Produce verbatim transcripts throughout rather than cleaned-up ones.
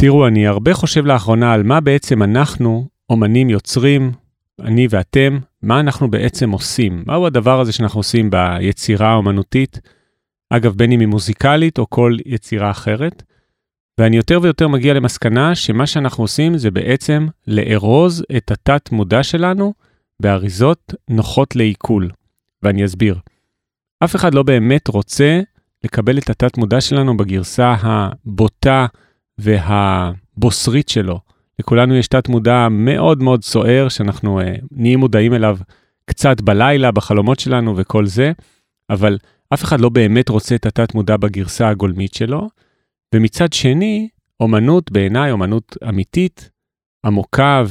תראו, אני הרבה חושב לאחרונה על מה בעצם אנחנו, אומנים יוצרים, אני ואתם, מה אנחנו בעצם עושים. מהו הדבר הזה שאנחנו עושים ביצירה האומנותית, אגב, בין אם היא מוזיקלית או כל יצירה אחרת. ואני יותר ויותר מגיע למסקנה שמה שאנחנו עושים זה בעצם לארוז את התת מודע שלנו באריזות נוחות לעיכול. ואני אסביר. אף אחד לא באמת רוצה לקבל את התת מודע שלנו בגרסה הבוטה והבוסרית שלו. לכולנו יש תת מודע מאוד מאוד סוער, שאנחנו אה, נהיים מודעים אליו קצת בלילה, בחלומות שלנו וכל זה, אבל אף אחד לא באמת רוצה את התת מודע בגרסה הגולמית שלו, ומצד שני, אומנות בעיניי, אומנות אמיתית, עמוקה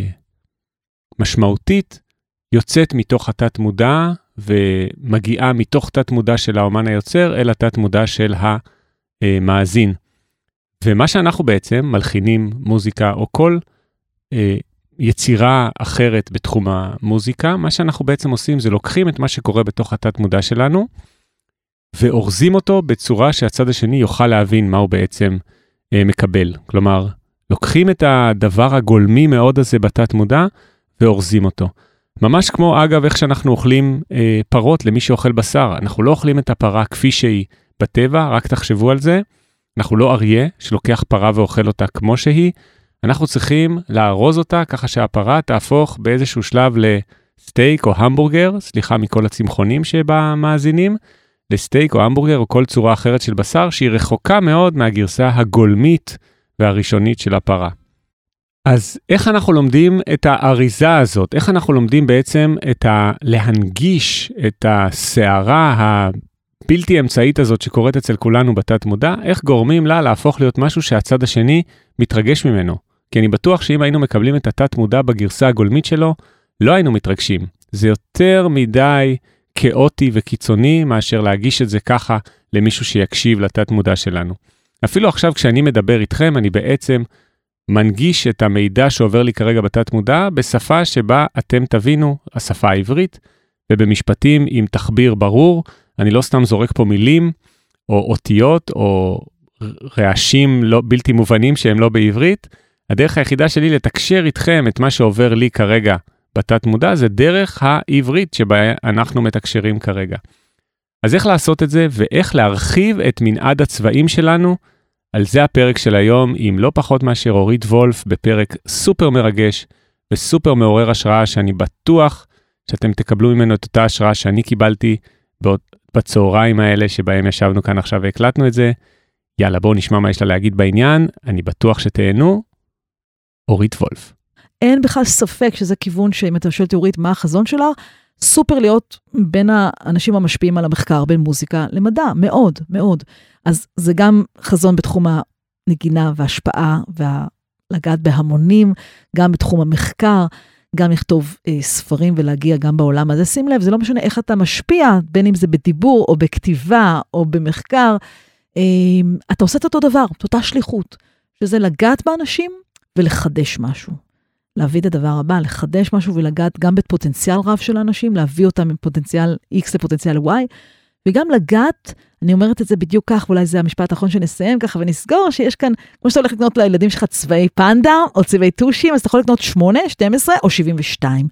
ומשמעותית, יוצאת מתוך התת מודע, ומגיעה מתוך תת מודע של האומן היוצר, אל התת מודע של המאזין. ומה שאנחנו בעצם מלחינים מוזיקה, או כל אה, יצירה אחרת בתחום המוזיקה, מה שאנחנו בעצם עושים זה לוקחים את מה שקורה בתוך התת מודע שלנו, ואורזים אותו בצורה שהצד השני יוכל להבין מה הוא בעצם אה, מקבל. כלומר, לוקחים את הדבר הגולמי מאוד הזה בתת מודע, ואורזים אותו. ממש כמו, אגב, איך שאנחנו אוכלים אה, פרות למי שאוכל בשר. אנחנו לא אוכלים את הפרה כפי שהיא בטבע, רק תחשבו על זה. אנחנו לא אריה שלוקח פרה ואוכל אותה כמו שהיא. אנחנו צריכים לארוז אותה ככה שהפרה תהפוך באיזשהו שלב לסטייק או המבורגר, סליחה מכל הצמחונים שבמאזינים, לסטייק או המבורגר או כל צורה אחרת של בשר, שהיא רחוקה מאוד מהגרסה הגולמית והראשונית של הפרה. אז איך אנחנו לומדים את האריזה הזאת? איך אנחנו לומדים בעצם את ה... להנגיש את השערה הבלתי אמצעית הזאת שקורית אצל כולנו בתת מודע? איך גורמים לה להפוך להיות משהו שהצד השני מתרגש ממנו? כי אני בטוח שאם היינו מקבלים את התת מודע בגרסה הגולמית שלו, לא היינו מתרגשים. זה יותר מדי כאוטי וקיצוני מאשר להגיש את זה ככה למישהו שיקשיב לתת מודע שלנו. אפילו עכשיו כשאני מדבר איתכם, אני בעצם מנגיש את המידע שעובר לי כרגע בתת מודע בשפה שבה אתם תבינו, השפה העברית, ובמשפטים עם תחביר ברור. אני לא סתם זורק פה מילים או אותיות או רעשים לא, בלתי מובנים שהם לא בעברית. הדרך היחידה שלי לתקשר איתכם את מה שעובר לי כרגע בתת מודע, זה דרך העברית שבה אנחנו מתקשרים כרגע. אז איך לעשות את זה ואיך להרחיב את מנעד הצבעים שלנו? על זה הפרק של היום, עם לא פחות מאשר אורית וולף, בפרק סופר מרגש וסופר מעורר השראה, שאני בטוח שאתם תקבלו ממנו את אותה השראה שאני קיבלתי בצהריים האלה שבהם ישבנו כאן עכשיו והקלטנו את זה. יאללה, בואו נשמע מה יש לה להגיד בעניין, אני בטוח שתהנו. אורית וולף. אין בכלל ספק שזה כיוון שאם אתה שואל תיאורית מה החזון שלה, סופר להיות בין האנשים המשפיעים על המחקר, בין מוזיקה למדע, מאוד, מאוד. אז זה גם חזון בתחום הנגינה וההשפעה, ולגעת בהמונים, גם בתחום המחקר, גם לכתוב אה, ספרים ולהגיע גם בעולם הזה. שים לב, זה לא משנה איך אתה משפיע, בין אם זה בדיבור או בכתיבה או במחקר, אה, אתה עושה את אותו דבר, את אותה שליחות, שזה לגעת באנשים ולחדש משהו. להביא את הדבר הבא, לחדש משהו ולגעת גם בפוטנציאל רב של האנשים, להביא אותם מפוטנציאל X לפוטנציאל Y, וגם לגעת, אני אומרת את זה בדיוק כך, ואולי זה המשפט האחרון שנסיים ככה ונסגור, שיש כאן, כמו שאתה הולך לקנות לילדים שלך צבעי פנדה, או צבעי טושים, אז אתה יכול לקנות שמונה, שתים עשרה או שבעים ושתיים.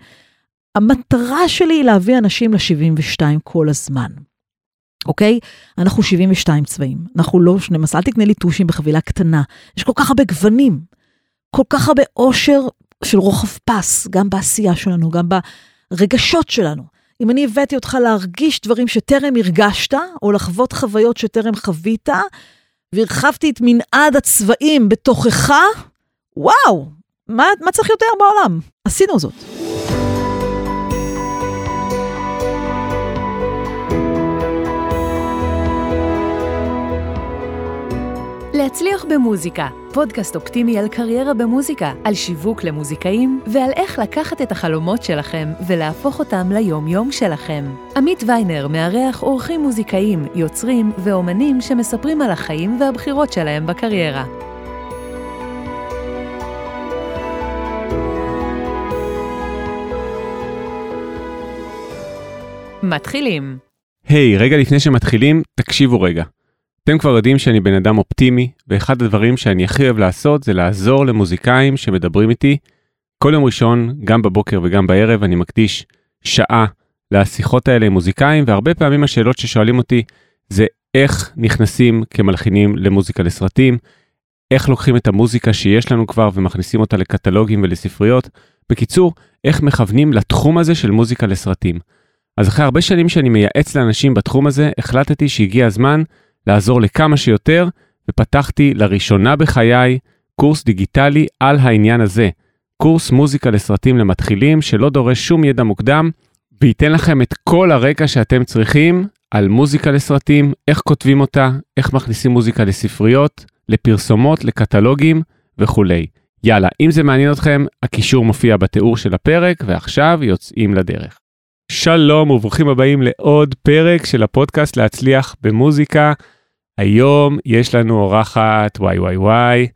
המטרה שלי היא להביא אנשים ל-שבעים ושתיים כל הזמן. אוקיי? אנחנו שבעים ושתיים צבעים. אנחנו לא שנים עשרה, אל תקנה לי טושים בחבילה קטנה. יש כל כך הרבה גוונים, כל כך הרבה עושר של רוחב פס, גם בעשייה שלנו, גם ברגשות שלנו. אם אני הבאתי אותך להרגיש דברים שטרם הרגשת, או לחוות חוויות שטרם חווית, והרחבתי את מנעד הצבעים בתוכך, וואו, מה, מה צריך יותר בעולם? עשינו זאת. להצליח במוזיקה, פודקאסט אופטימי על קריירה במוזיקה, על שיווק למוזיקאים, ועל איך לקחת את החלומות שלכם ולהפוך אותם ליום-יום שלכם. עמית ויינר מארח אורחים מוזיקאים, יוצרים ואומנים שמספרים על החיים והבחירות שלהם בקריירה. מתחילים. היי, hey, רגע לפני שמתחילים, תקשיבו רגע. אתם כבר יודעים שאני בן אדם אופטימי, ואחד הדברים שאני הכי אוהב לעשות זה לעזור למוזיקאים שמדברים איתי. כל יום ראשון, גם בבוקר וגם בערב, אני מקדיש שעה לשיחות האלה עם מוזיקאים, והרבה פעמים השאלות ששואלים אותי זה איך נכנסים כמלחינים למוזיקה לסרטים, איך לוקחים את המוזיקה שיש לנו כבר ומכניסים אותה לקטלוגים ולספריות. בקיצור, איך מכוונים לתחום הזה של מוזיקה לסרטים. אז אחרי הרבה שנים שאני מייעץ לאנשים בתחום הזה, החלטתי שהגיע הזמן לעזור לכמה שיותר, ופתחתי לראשונה בחיי קורס דיגיטלי על העניין הזה. קורס מוזיקה לסרטים למתחילים, שלא דורש שום ידע מוקדם, וייתן לכם את כל הרקע שאתם צריכים על מוזיקה לסרטים, איך כותבים אותה, איך מכניסים מוזיקה לספריות, לפרסומות, לקטלוגים וכו'. יאללה, אם זה מעניין אתכם, הקישור מופיע בתיאור של הפרק, ועכשיו יוצאים לדרך. שלום וברוכים הבאים לעוד פרק של הפודקאסט להצליח במוזיקה. היום יש לנו אורחת, וואי וואי וואי,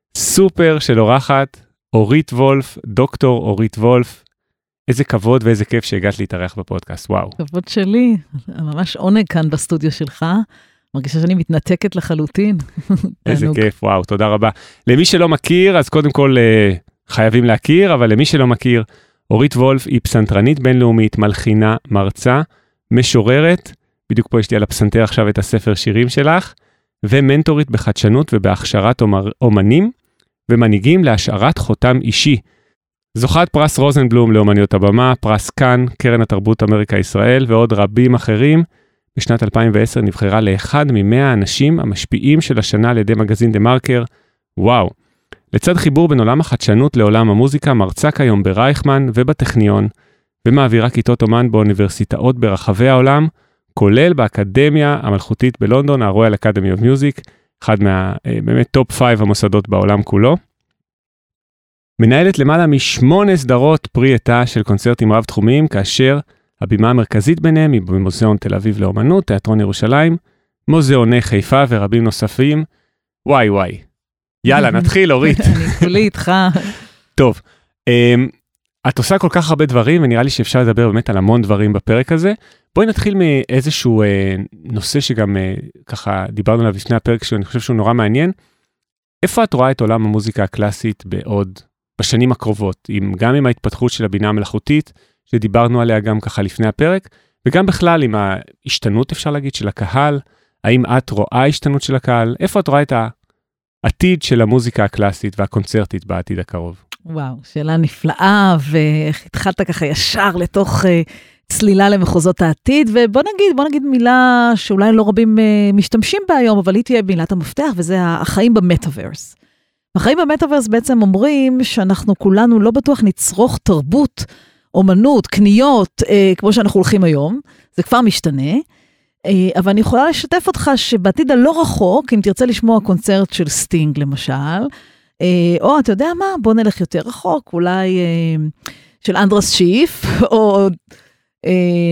סופר של אורחת, אורית וולף, דוקטור אורית וולף. איזה כבוד ואיזה כיף שהגעת להתארח בפודקאסט, וואו. כבוד שלי, ממש עונג כאן בסטודיו שלך. מרגישה שאני מתנתקת לחלוטין. איזה כיף, וואו, תודה רבה. למי שלא מכיר, אז קודם כל חייבים להכיר, אבל למי שלא מכיר, אורית וולף היא פסנתרנית בינלאומית, מלחינה, מרצה, משוררת, בדיוק פה יש לי על הפסנתר עכשיו את הספר שירים שלך, ומנטורית בחדשנות ובהכשרת אומנים, ומנהיגים להשארת חותם אישי. זוכת פרס רוזנבלום לאומניות הבמה, פרס כאן, קרן התרבות אמריקה ישראל, ועוד רבים אחרים. בשנת אלפיים ועשר נבחרה לאחד ממאה האנשים המשפיעים של השנה על ידי מגזין דה מרקר. וואו. לצד חיבור בין עולם החדשנות לעולם המוזיקה, מרצה כיום ברייכמן ובטכניון, ומעבירה כיתות אומן באוניברסיטאות ברחבי העולם, כולל באקדמיה המלכותית בלונדון, הרויאל אקדמי אוף מיוזיק, אחד מה, באמת טופ פייב המוסדות בעולם כולו. מנהלת למעלה משמונה סדרות פרי עטה של קונצרטים רב תחומיים, כאשר הבימה המרכזית ביניהם היא במוזיאון תל אביב לאומנות, תיאטרון ירושלים, מוזיאוני חיפה ורבים נוספים. וואי וואי. יאללה, נתחיל, אורית. אני כולי איתך. טוב, את עושה כל כך הרבה דברים, ונראה לי שאפשר לדבר באמת על המון דברים בפרק הזה. בואי נתחיל מאיזשהו נושא שגם ככה דיברנו עליו לפני הפרק, שאני חושב שהוא נורא מעניין. איפה את רואה את עולם המוזיקה הקלאסית בעוד, בשנים הקרובות, גם עם ההתפתחות של הבינה המלאכותית, שדיברנו עליה גם ככה לפני הפרק, וגם בכלל עם ההשתנות, אפשר להגיד, של הקהל, האם את רואה השתנות של הקהל? איפה את רואה את העתיד של המוזיקה הקלאסית והקונצרטית בעתיד הקרוב? וואו, שאלה נפלאה, ואיך התחלת ככה ישר לתוך uh, צלילה למחוזות העתיד, ובוא נגיד, בוא נגיד מילה שאולי לא רבים uh, משתמשים בה היום, אבל היא תהיה מילת המפתח, וזה החיים במטאברס. החיים במטאברס בעצם אומרים שאנחנו כולנו לא בטוח נצרוך תרבות, אומנות, קניות, אה, כמו שאנחנו הולכים היום, זה כבר משתנה, אה, אבל אני יכולה לשתף אותך שבעתיד הלא רחוק, אם תרצה לשמוע קונצרט של סטינג למשל, אה, או אתה יודע מה, בוא נלך יותר רחוק, אולי אה, של אנדרס שיף, או אה,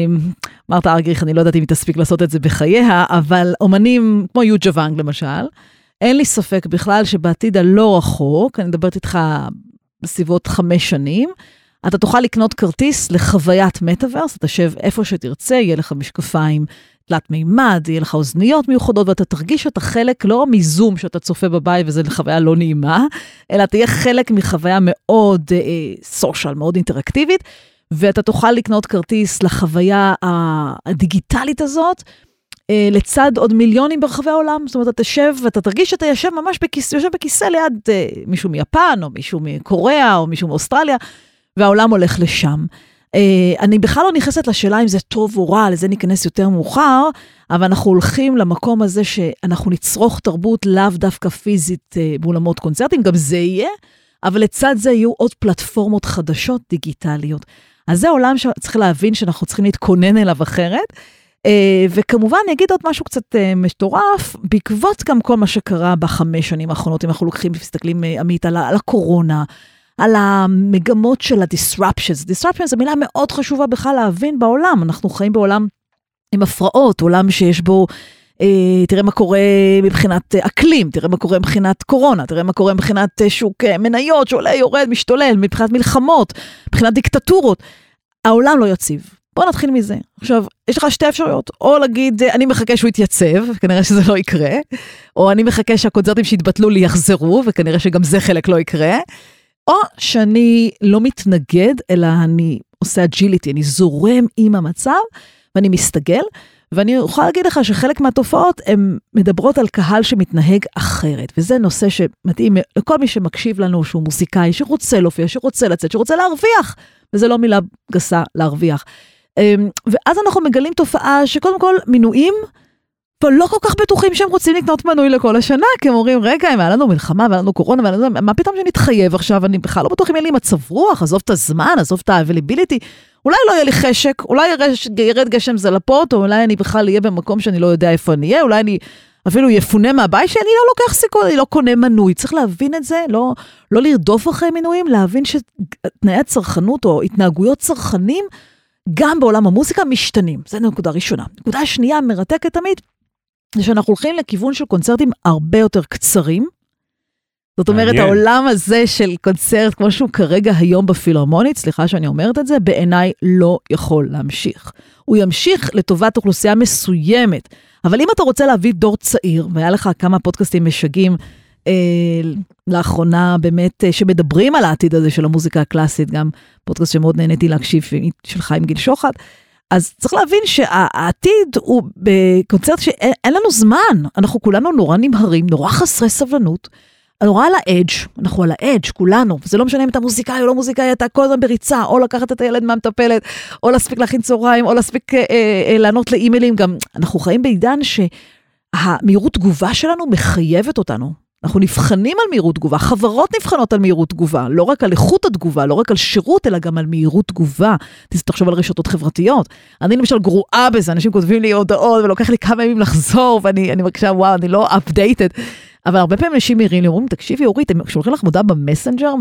מרתה ארגריך, אני לא יודעת אם היא תספיק לעשות את זה בחייה, אבל אומנים כמו יוג'ה ואנג למשל, אין לי ספק בכלל שבעתיד הלא רחוק, אני מדברת איתך בסביבות חמש שנים, אתה תוכל לקנות כרטיס לחוויית מטאברס, אתה תשב איפה שתרצה, יהיה לך משקפיים תלת מימד, יהיה לך אוזניות מיוחדות, ואתה תרגיש שאתה חלק לא מזום שאתה צופה בבית, וזה חוויה לא נעימה, אלא תהיה חלק מחוויה מאוד סושיאל, אה, מאוד אינטראקטיבית, ואתה תוכל לקנות כרטיס לחוויה הדיגיטלית הזאת, אה, לצד עוד מיליונים ברחבי העולם, זאת אומרת, אתה תשב, ואתה תרגיש שאתה יושב ממש בכיס, יושב בכיסא ליד אה, מישהו מיפן, או מישהו מקוריאה, או מישהו מאוסטרליה, והעולם הולך לשם. אני בכלל לא נכנסת לשאלה אם זה טוב או רע, לזה ניכנס יותר מאוחר, אבל אנחנו הולכים למקום הזה שאנחנו נצרוך תרבות לאו דווקא פיזית באולמות קונצרטים, גם זה יהיה, אבל לצד זה יהיו עוד פלטפורמות חדשות דיגיטליות. אז זה עולם שצריך להבין שאנחנו צריכים להתכונן אליו אחרת, וכמובן אני אגיד עוד משהו קצת מטורף, בעקבות גם כל מה שקרה בחמש שנים האחרונות, אם אנחנו לוקחים ומסתכלים עמית על הקורונה, על המגמות של ה-disruptions. disruptions זו מילה מאוד חשובה בכלל להבין בעולם. אנחנו חיים בעולם עם הפרעות, עולם שיש בו, אה, תראה מה קורה מבחינת אקלים, תראה מה קורה מבחינת קורונה, תראה מה קורה מבחינת שוק מניות, שעולה, יורד, משתולל, מבחינת מלחמות, מבחינת דיקטטורות. העולם לא יציב. בוא נתחיל מזה. עכשיו, יש לך שתי אפשרויות, או להגיד, אני מחכה שהוא יתייצב, כנראה שזה לא יקרה, או אני מחכה שהקונצרטים שהתבטלו לי יחזרו, וכנראה שגם זה חלק לא יקרה, או שאני לא מתנגד, אלא אני עושה אג'יליטי, אני זורם עם המצב, ואני מסתגל, ואני אוכל להגיד לך שחלק מהתופעות, הן מדברות על קהל שמתנהג אחרת, וזה נושא שמתאים לכל מי שמקשיב לנו, שהוא מוזיקאי, שרוצה להופיע, שרוצה לצאת, שרוצה להרוויח, וזה לא מילה גסה להרוויח. ואז אנחנו מגלים תופעה שקודם כל מינויים, ולא כל כך בטוחים שהם רוצים לקנות מנוי לכל השנה, כי הם אומרים, רגע, אם היה לנו מלחמה, והיה לנו קורונה, והיה לנו, מה פתאום שנתחייב עכשיו, אני בכלל לא בטוח אם יהיה לי מצב רוח, עזוב את הזמן, עזוב את ה-availability, אולי לא יהיה לי חשק, אולי ירד גשם זלפות, או אולי אני בכלל אהיה במקום שאני לא יודע איפה אני אהיה, אולי אני אפילו יפונה מהבית, שאני לא לוקח סיכון, אני לא קונה מנוי. צריך להבין את זה, לא, לא לרדוף אחרי מינויים, להבין שתנאי הצרכנות או התנהגויות צרכנים, גם בעולם המוזיקה משתנים. זו נקודה ראשונה. נקודה שנייה מרתקת תמיד, זה שאנחנו הולכים לכיוון של קונצרטים הרבה יותר קצרים. זאת אומרת, העולם הזה של קונצרט, כמו שהוא כרגע היום בפילהרמונית, סליחה שאני אומרת את זה, בעיניי לא יכול להמשיך. הוא ימשיך לטובת אוכלוסייה מסוימת. אבל אם אתה רוצה להביא דור צעיר, והיה לך כמה פודקאסטים משגעים, אה, לאחרונה באמת, אה, שמדברים על העתיד הזה של המוזיקה הקלאסית, גם פודקאסט שמאוד נהניתי להקשיב של חיים גיל שוחט, אז צריך להבין שהעתיד הוא בקונצרט שאין לנו זמן, אנחנו כולנו נורא נמהרים, נורא חסרי סבלנות, נורא על האדג', אנחנו על האדג' כולנו, וזה לא משנה אם אתה מוזיקאי או לא מוזיקאי, אתה כל הזמן בריצה, או לקחת את הילד מהמטפלת, או להספיק להכין צהריים, או להספיק אה, אה, לענות לאימיילים, גם אנחנו חיים בעידן שהמהירות תגובה שלנו מחייבת אותנו, אנחנו נבחנים על מהירות תגובה, חברות נבחנות על מהירות תגובה, לא רק על איכות התגובה, לא רק על שירות, אלא גם על מהירות תגובה. תחשוב על רשתות חברתיות. אני למשל גרועה בזה, אנשים כותבים לי הודעות, ולוקח לי כמה ימים לחזור, ואני אני מרגישה, וואו, אני לא updated. אבל הרבה פעמים אנשים מעירים לי, אומרים, תקשיבי אורית, הם שולחים לך מודעה במסנג'ר,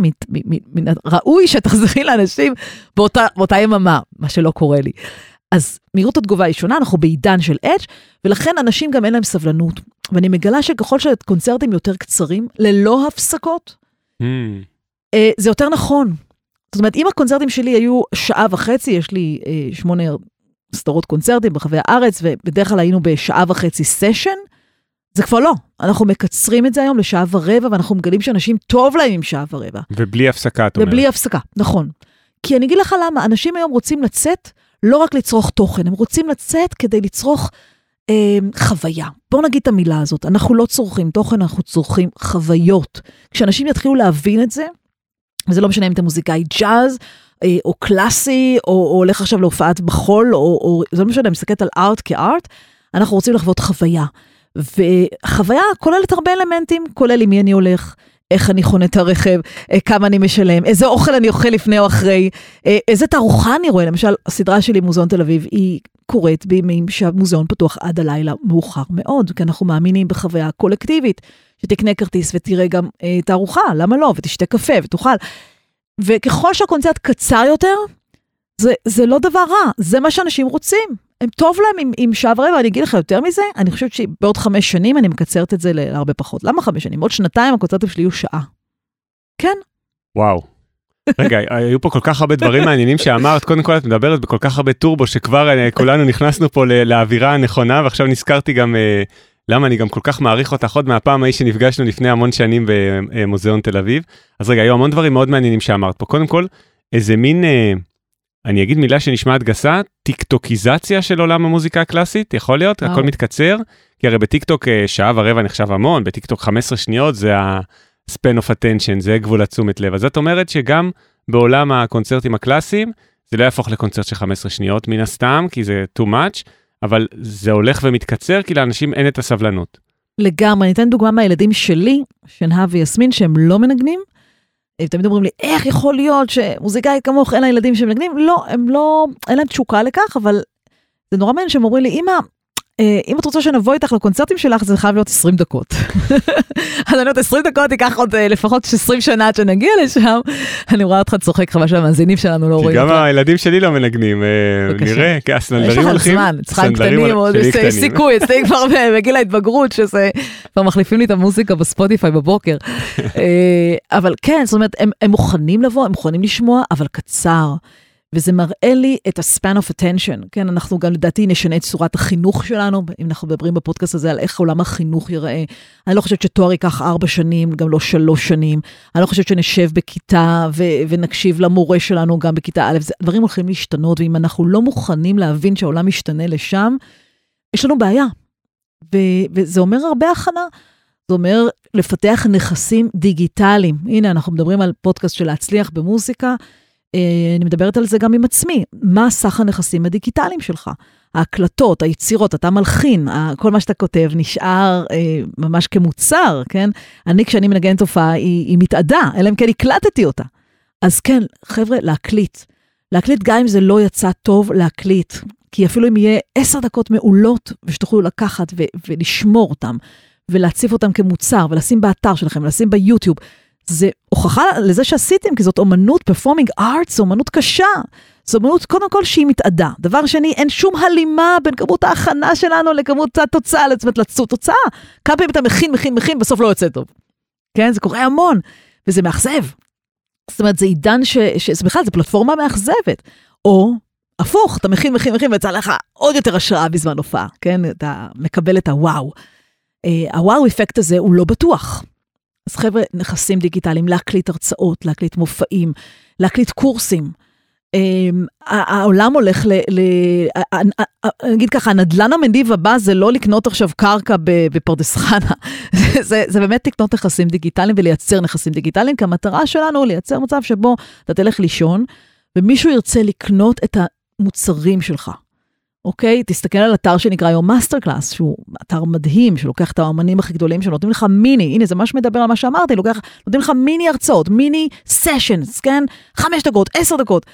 ראוי שתחזרי לאנשים באותה, באותה יממה, מה שלא קורה לי. אז מהירות התגובה היא שונה, אנחנו בעידן של אדג', ולכן אנשים גם אין להם סבלנות. ואני מגלה שככל שקונצרטים יותר קצרים, ללא הפסקות, mm. זה יותר נכון. זאת אומרת, אם הקונצרטים שלי היו שעה וחצי, יש לי אה, שמונה סדרות קונצרטים ברחבי הארץ, ובדרך כלל היינו בשעה וחצי סשן, זה כבר לא. אנחנו מקצרים את זה היום לשעה ורבע, ואנחנו מגלים שאנשים טוב להם עם שעה ורבע. ובלי הפסקה, את אומרת. ובלי הפסקה, נכון. כי אני אגיד לך למה, אנשים היום רוצים לצאת, לא רק לצרוך תוכן, הם רוצים לצאת כדי לצרוך אה, חוויה. בואו נגיד את המילה הזאת, אנחנו לא צורכים תוכן, אנחנו צורכים חוויות. כשאנשים יתחילו להבין את זה, וזה לא משנה אם אתה מוזיקאי ג'אז, אה, או קלאסי, או, או הולך עכשיו להופעת בחול, או, או זה לא משנה, אני מסתכלת על ארט כארט, אנחנו רוצים לחוות חוויה. וחוויה כוללת הרבה אלמנטים, כולל עם מי אני הולך, איך אני חונה את הרכב, כמה אני משלם, איזה אוכל אני אוכל לפני או אחרי, איזה תערוכה אני רואה. למשל, הסדרה שלי, מוזיאון תל אביב, היא קורית בימים שהמוזיאון פתוח עד הלילה מאוחר מאוד, כי אנחנו מאמינים בחוויה קולקטיבית, שתקנה כרטיס ותראה גם תערוכה, למה לא? ותשתה קפה ותאכל. וככל שהקונצרט קצר יותר, זה, זה לא דבר רע, זה מה שאנשים רוצים. הם טוב להם עם, עם שעה ורבע, אני אגיד לך יותר מזה, אני חושבת שבעוד חמש שנים אני מקצרת את זה להרבה פחות. למה חמש שנים? עוד שנתיים הקונצרטים שלי יהיו שעה. כן. וואו. רגע, היו פה כל כך הרבה דברים מעניינים שאמרת, קודם כל את מדברת בכל כך הרבה טורבו, שכבר כולנו נכנסנו פה לאווירה הנכונה, ועכשיו נזכרתי גם, למה אני גם כל כך מעריך אותך עוד מהפעם ההיא שנפגשנו לפני המון שנים במוזיאון תל אביב. אז רגע, היו המון דברים מאוד מעניינים שאמרת פה. קודם כל, איזה מין... אני אגיד מילה שנשמעת גסה, טיקטוקיזציה של עולם המוזיקה הקלאסית, יכול להיות, הכל מתקצר, כי הרי בטיקטוק שעה ורבע נחשב המון, בטיקטוק חמש עשרה שניות זה ה-span of attention, זה גבול התשומת לב. אז זאת אומרת שגם בעולם הקונצרטים הקלאסיים, זה לא יהפוך לקונצרט של חמש עשרה שניות מן הסתם, כי זה too much, אבל זה הולך ומתקצר, כי לאנשים אין את הסבלנות. לגמרי, אני אתן דוגמה מהילדים שלי, שנהב ויסמין, שהם לא מנגנים, הם תמיד אומרים לי, איך יכול להיות שמוזיקאי כמוך, אין לילדים שמנגנים? לא, הם לא, אין להם תשוקה לכך, אבל זה נורא מעניין שהם אומרים לי, אמא, אם את רוצה שנבוא איתך לקונצרטים שלך, זה חייב להיות עשרים דקות. אז אני אומרת, עשרים דקות ייקח עוד לפחות עשרים שנה עד שנגיע לשם. אני רואה אותך צוחק, חבל שהמאזינים שלנו לא רואים. כי גם הילדים שלי לא מנגנים, נראה, כי הסנדלרים הולכים. יש לך זמן, צריכים קטנים, עוד סיכוי, אצלי כבר בגיל ההתבגרות, שזה כבר מחליפים לי את המוזיקה בספוטיפיי בבוקר. אבל כן, זאת אומרת, הם מוכנים לבוא, הם מוכנים לשמוע, אבל קצר. וזה מראה לי את ה-span of attention, כן, אנחנו גם לדעתי נשנה את צורת החינוך שלנו, אם אנחנו מדברים בפודקאסט הזה על איך עולם החינוך ייראה, אני לא חושבת שתואר ייקח ארבע שנים, גם לא שלוש שנים, אני לא חושבת שנשב בכיתה ו- ונקשיב למורה שלנו גם בכיתה א', זה, דברים הולכים להשתנות, ואם אנחנו לא מוכנים להבין שהעולם משתנה לשם, יש לנו בעיה, ו- וזה אומר הרבה הכנה, זה אומר לפתח נכסים דיגיטליים, הנה אנחנו מדברים על פודקאסט של להצליח במוזיקה, אני מדברת על זה גם עם עצמי, מה סך הנכסים הדיגיטליים שלך? ההקלטות, היצירות, אתה מלחין, כל מה שאתה כותב נשאר אה, ממש כמוצר, כן? אני כשאני מנגנת תופעה, היא, היא מתעדה, אלא אם כן הקלטתי אותה. אז כן, חבר'ה, להקליט. להקליט גם אם זה לא יצא טוב, להקליט. כי אפילו אם יהיה עשר דקות מעולות, ושתוכלו לקחת ו- ולשמור אותם, ולהציף אותם כמוצר, ולשים באתר שלכם, ולשים ביוטיוב, זה הוכחה לזה שעשיתם, כי זאת אומנות, פרפורמינג ארט, זו אומנות קשה. זו אומנות קודם כל שהיא מתעדה. דבר שני, אין שום הלימה בין כמות ההכנה שלנו לכמות התוצאה, זאת אומרת, תוצאה. כמה פעמים אתה מכין, מכין, מכין, בסוף לא יוצא טוב. כן, זה קורה המון, וזה מאכזב. זאת אומרת, זה עידן ש... ש... בכלל, זה פלטפורמה מאכזבת. או, הפוך, אתה מכין, מכין, מכין, ויצא לך עוד יותר השראה בזמן הופעה. כן, אתה מקבל את הוואו. הוואו אפקט הזה הוא לא בטוח. אז חבר'ה, נכסים דיגיטליים, להקליט הרצאות, להקליט מופעים, להקליט קורסים. העולם הולך ל... אני אגיד ככה, הנדלן המניב הבא זה לא לקנות עכשיו קרקע בפרדס חנה. זה באמת לקנות נכסים דיגיטליים ולייצר נכסים דיגיטליים, כי המטרה שלנו לייצר מצב שבו אתה תלך לישון, ומישהו ירצה לקנות את המוצרים שלך. אוקיי? תסתכל על אתר שנקרא היום מאסטר קלאס, שהוא אתר מדהים, שלוקח את האמנים הכי גדולים, שנותנים לך מיני, הנה זה ממש מדבר על מה שאמרתי, לוקח, נותנים לך מיני הרצאות, מיני סשנס, כן? חמש דקות, עשר דקות,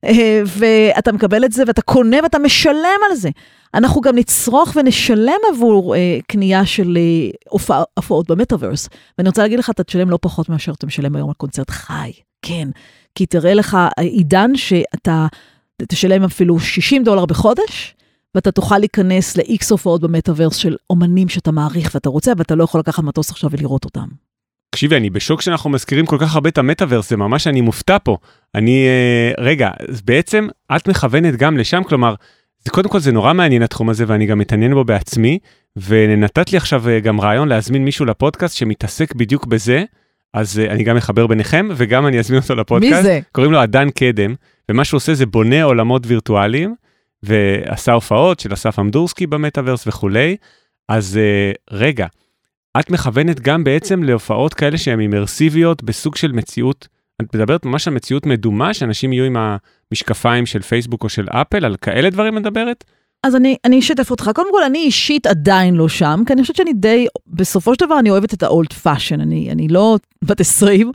ואתה מקבל את זה, ואתה קונה ואתה משלם על זה. אנחנו גם נצרוך ונשלם עבור אה, קנייה של אה, הופע, הופעות במטאברס, ואני רוצה להגיד לך, אתה תשלם לא פחות מאשר אתה משלם היום על קונצרט חי, כן, כי תראה לך עידן שאתה תשלם אפילו שישים דולר בחודש, ואתה תוכל להיכנס ל-X הופעות במטאברס של אומנים שאתה מעריך ואתה רוצה, ואתה לא יכול לקחת מטוס עכשיו ולראות אותם. תקשיבי, אני בשוק שאנחנו מזכירים כל כך הרבה את המטאברס, זה ממש אני מופתע פה. אני, רגע, אז בעצם את מכוונת גם לשם, כלומר, זה קודם כל זה נורא מעניין התחום הזה, ואני גם מתעניין בו בעצמי, ונתת לי עכשיו גם רעיון להזמין מישהו לפודקאסט שמתעסק בדיוק בזה, אז אני גם מחבר ביניכם, וגם אני אזמין אותו לפודקאסט. מי זה? קוראים לו עדן קדם, ומה שהוא עושה זה בונה עולמות וירטואליים, ועשה הופעות של אסף אמדורסקי במטאברס וכולי. אז רגע, את מכוונת גם בעצם להופעות כאלה שהן אימרסיביות בסוג של מציאות, את מדברת ממש על מציאות מדומה, שאנשים יהיו עם המשקפיים של פייסבוק או של אפל, על כאלה דברים מדברת? אז אני, אני אשתף אותך. קודם כל, אני אישית עדיין לא שם, כי אני חושבת שאני די, בסופו של דבר אני אוהבת את ה-old fashion, אני, אני לא בת עשרים,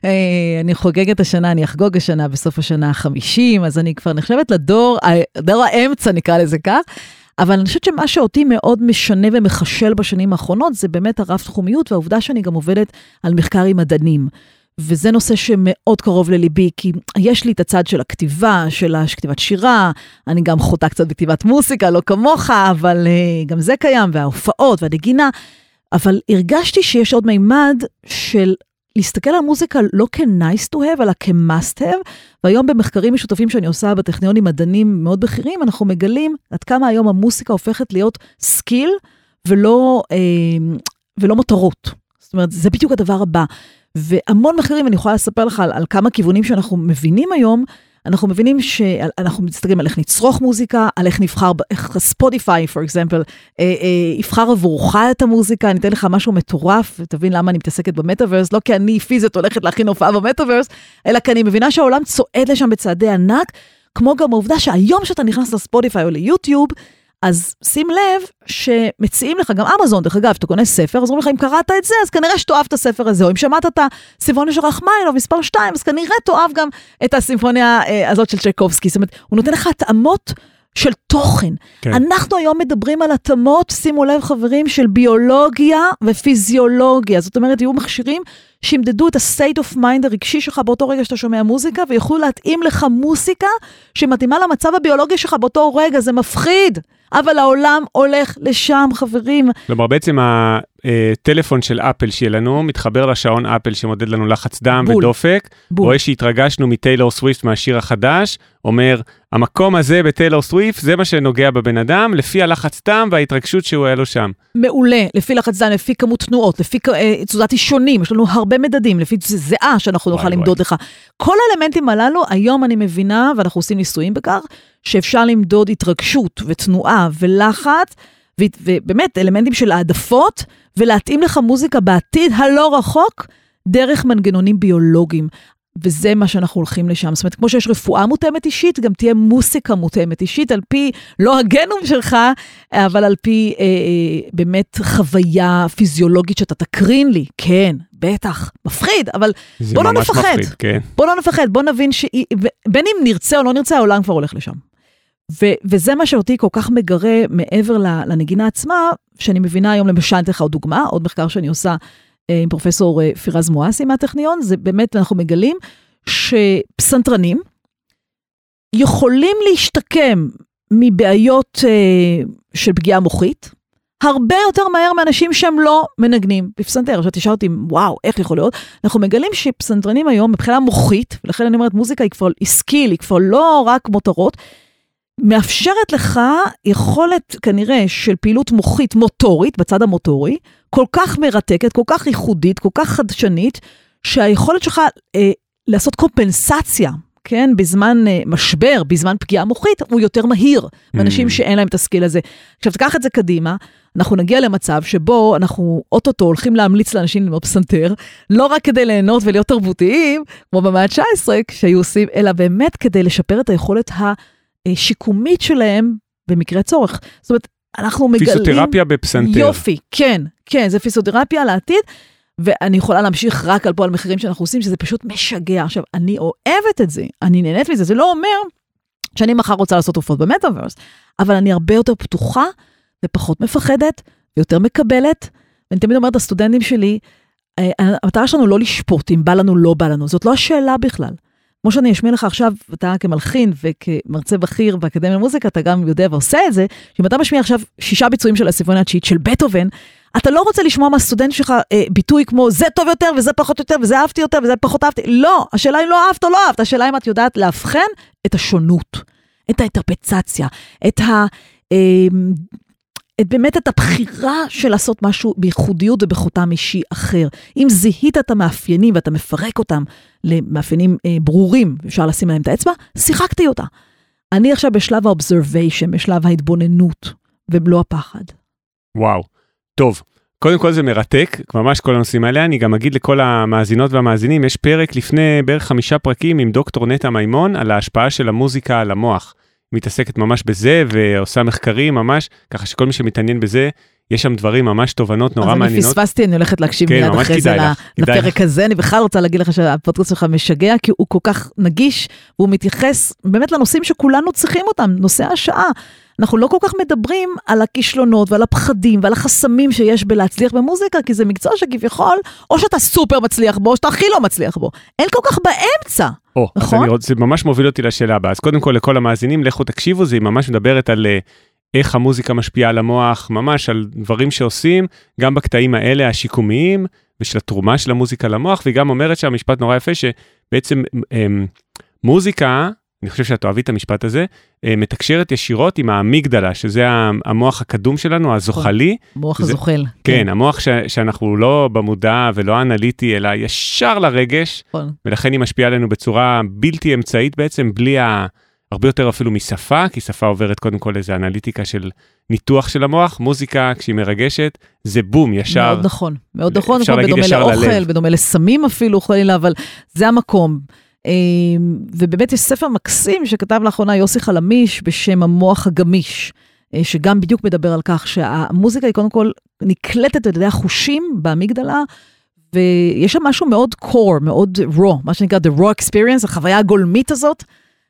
אני חוגגת השנה, אני אחגוג השנה בסוף השנה ה-חמישים, אז אני כבר נחשבת לדור, דור האמצע נקרא לזה כך, אבל אני חושבת שמה שאותי מאוד משנה ומחשל בשנים האחרונות, זה באמת הרב תחומיות, והעובדה שאני גם עובדת על מחקר עם מדענים. וזה נושא שמאוד קרוב לליבי, כי יש לי את הצד של הכתיבה, של כתיבת שירה, אני גם חוטא קצת בכתיבת מוסיקה, לא כמוך, אבל uh, גם זה קיים, וההופעות והנגינה, אבל הרגשתי שיש עוד מימד של להסתכל על מוזיקה לא כ-nice to have, אלא כ-must have, והיום במחקרים משותפים שאני עושה בטכניון עם מדענים מאוד בכירים, אנחנו מגלים עד כמה היום המוסיקה הופכת להיות סקיל, ולא, אה, ולא מטרות. זאת אומרת, זה בדיוק הדבר הבא. והמון מחקרים, אני יכולה לספר לך על, על כמה כיוונים שאנחנו מבינים היום, אנחנו מבינים שאנחנו מסתכלים על איך נצרוך מוזיקה, על איך נבחר, איך ספוטיפיי, for example, אה, אה, יבחר עבורך את המוזיקה, אני אתן לך משהו מטורף, ותבין למה אני מתעסקת במטאברס, לא כי אני פיזית הולכת להכין הופעה במטאברס, אלא כי אני מבינה שהעולם צועד לשם בצעדי ענק, כמו גם העובדה שהיום שאתה נכנס לספוטיפיי או ליוטיוב, אז שים לב שמציעים לך, גם אמזון, דרך אגב, שאתה קונה ספר, אז אומרים לך, אם קראת את זה, אז כנראה שתאהב את הספר הזה, או אם שמעת את הסימפוניה של רחמיינוב, מספר שתיים, אז כנראה תאהב גם את הסימפוניה הזאת של צ'ייקובסקי. זאת אומרת, הוא נותן לך התאמות של תוכן. כן. אנחנו היום מדברים על התאמות, שימו לב חברים, של ביולוגיה ופיזיולוגיה. זאת אומרת, יהיו מכשירים שימדדו את ה-state of mind הרגשי שלך באותו רגע שאתה שומע מוזיקה, ויוכלו להתאים לך מוזיקה שמתאימה למצב הביולוגי שלך באותו רגע. זה מפחיד. אבל העולם הולך לשם, חברים. כלומר, בעצם טלפון של אפל שיהיה לנו, מתחבר לשעון אפל שמודד לנו לחץ דם בול. ודופק, בול. רואה שהתרגשנו מטיילור סוויפט מהשיר החדש, אומר, המקום הזה בטיילור סוויפט, זה מה שנוגע בבן אדם, לפי הלחץ דם וההתרגשות שהוא היה לו שם. מעולה, לפי לחץ דם, לפי כמות תנועות, לפי אה, תזוזת אישונים, יש לנו הרבה מדדים, לפי זהה שאנחנו נוכל למדוד לך. כל האלמנטים הללו, היום אני מבינה, ואנחנו עושים ניסויים בכך, שאפשר למדוד התרגשות ותנועה ולחץ, ו- ובאמת אלמנטים של העדפות, ולהתאים לך מוזיקה בעתיד הלא רחוק, דרך מנגנונים ביולוגיים. וזה מה שאנחנו הולכים לשם. זאת אומרת, כמו שיש רפואה מותאמת אישית, גם תהיה מוסיקה מותאמת אישית, על פי, לא הגנום שלך, אבל על פי אה, באמת חוויה פיזיולוגית שאתה תקרין לי. כן, בטח, מפחיד, אבל בוא לא נפחד. מפחיד, כן. בוא לא נפחד, בוא נבין שבין אם נרצה או לא נרצה, העולם כבר הולך לשם. ו- וזה מה שאותי כל כך מגרה מעבר לנגינה עצמה, שאני מבינה היום למשל, לך עוד דוגמה, עוד מחקר שאני עושה, עם פרופסור פירז מואסי מהטכניון, זה באמת אנחנו מגלים שפסנתרנים יכולים להשתקם מבעיות של פגיעה מוחית, הרבה יותר מהר מאנשים שהם לא מנגנים בפסנתר. עכשיו תשאל אותי, וואו, איך יכול להיות? אנחנו מגלים שפסנתרנים היום מבחינה מוחית, ולכן אני אומרת, מוזיקה היא כבר סקיל, היא כבר לא רק מותרות, מאפשרת לך יכולת כנראה של פעילות מוחית מוטורית, בצד המוטורי, כל כך מרתקת, כל כך ייחודית, כל כך חדשנית, שהיכולת שלך אה, לעשות קומפנסציה, כן, בזמן אה, משבר, בזמן פגיעה מוחית, הוא יותר מהיר, מאנשים שאין להם את הסקיל הזה. עכשיו, תקח את זה קדימה, אנחנו נגיע למצב שבו אנחנו אוטוטו הולכים להמליץ לאנשים ללמוד פסנתר, לא רק כדי ליהנות ולהיות תרבותיים, כמו במאה ה-תשע עשרה, כשהיו עושים, אלא באמת כדי לשפר את היכולת השיקומית שלהם במקרה צורך. זאת אומרת, אנחנו מגלים... פיזיותרפיה בפסנתר. יופי, כן, כן, זה פיזיותרפיה לעתיד, ואני יכולה להמשיך רק על פה על מחירים שאנחנו עושים, שזה פשוט משגע. עכשיו, אני אוהבת את זה, אני נהנית מזה, זה לא אומר שאני מחר רוצה לעשות תרופות במטאברס, אבל אני הרבה יותר פתוחה, ופחות מפחדת, ויותר מקבלת, ואני תמיד אומרת, הסטודנטים שלי, המטרה שלנו לא לשפוט, אם בא לנו, לא בא לנו, זאת לא השאלה בכלל. כמו שאני אשמיע לך עכשיו, אתה כמלחין וכמרצה בכיר באקדמיה למוזיקה, אתה גם יודע ועושה את זה, שאם אתה משמיע עכשיו שישה ביצועים של הסימפוניה התשיעית של בטהובן, אתה לא רוצה לשמוע מהסטודנט שלך אה, ביטוי כמו זה טוב יותר וזה פחות יותר וזה אהבתי יותר וזה פחות אהבתי. לא, השאלה היא לא אהבת או לא אהבת, השאלה אם את יודעת להבחן את השונות, את האינטרפרצציה, את ה... אה, את באמת את הבחירה של לעשות משהו בייחודיות ובחותם אישי אחר. אם זיהית את המאפיינים ואתה מפרק אותם למאפיינים אה, ברורים, אפשר לשים להם את האצבע, שיחקתי אותה. אני עכשיו בשלב האובזרוויישן, בשלב ההתבוננות, ולא הפחד. וואו, טוב. קודם כל זה מרתק, ממש כל הנושאים האלה. אני גם אגיד לכל המאזינות והמאזינים, יש פרק לפני בערך חמישה פרקים עם דוקטור נטע מימון, על ההשפעה של המוזיקה על המוח. מתעסקת ממש בזה, ועושה מחקרים ממש, ככה שכל מי שמתעניין בזה, יש שם דברים ממש תובנות נורא מעניינות. אז אני פספסתי, אני הולכת להקשיב מיד אחרי זה לפרק הזה, אני בכלל רוצה להגיד לך שהפודקאסט שלך משגע, כי הוא כל כך נגיש, והוא מתייחס באמת לנושאים שכולנו צריכים אותם, נושאי השעה. אנחנו לא כל כך מדברים על הכישלונות ועל הפחדים ועל החסמים שיש בלהצליח במוזיקה, כי זה מקצוע שכביכול, או שאתה סופר מצליח בו, או שאתה הכי לא מצליח בו. אין כל כך באמצע. או, נכון? אז אני רוצה, זה ממש מוביל אותי לשאלה הבאה. אז קודם כל לכל המאזינים, לכו תקשיבו, זה ממש מדברת על איך המוזיקה משפיעה על המוח, ממש על דברים שעושים, גם בקטעים האלה השיקומיים, ושל התרומה של המוזיקה למוח, והיא גם אומרת שהמשפט נורא יפה, שבעצם הם, מוזיקה, אני חושב שאת אוהבי את המשפט הזה, מתקשרת ישירות עם האמיגדלה, שזה המוח הקדום שלנו, הזוחלי. מוח הזוחל. כן, המוח שאנחנו לא במודע ולא אנליטי, אלא ישר לרגש, ולכן היא משפיעה עלינו בצורה בלתי אמצעית בעצם, בלי הרבה יותר אפילו משפה, כי שפה עוברת קודם כל איזו אנליטיקה של ניתוח של המוח, מוזיקה כשהיא מרגשת, זה בום, ישר. מאוד נכון, מאוד נכון, בדומה לאוכל, בדומה לסמים אפילו, אבל זה המקום. ובאמת יש ספר מקסים שכתב לאחרונה יוסי חלמיש בשם המוח הגמיש, שגם בדיוק מדבר על כך שהמוזיקה היא קודם כל נקלטת על ידי החושים באמיגדלה, ויש שם משהו מאוד core, מאוד raw, מה שנקרא the raw experience, החוויה הגולמית הזאת,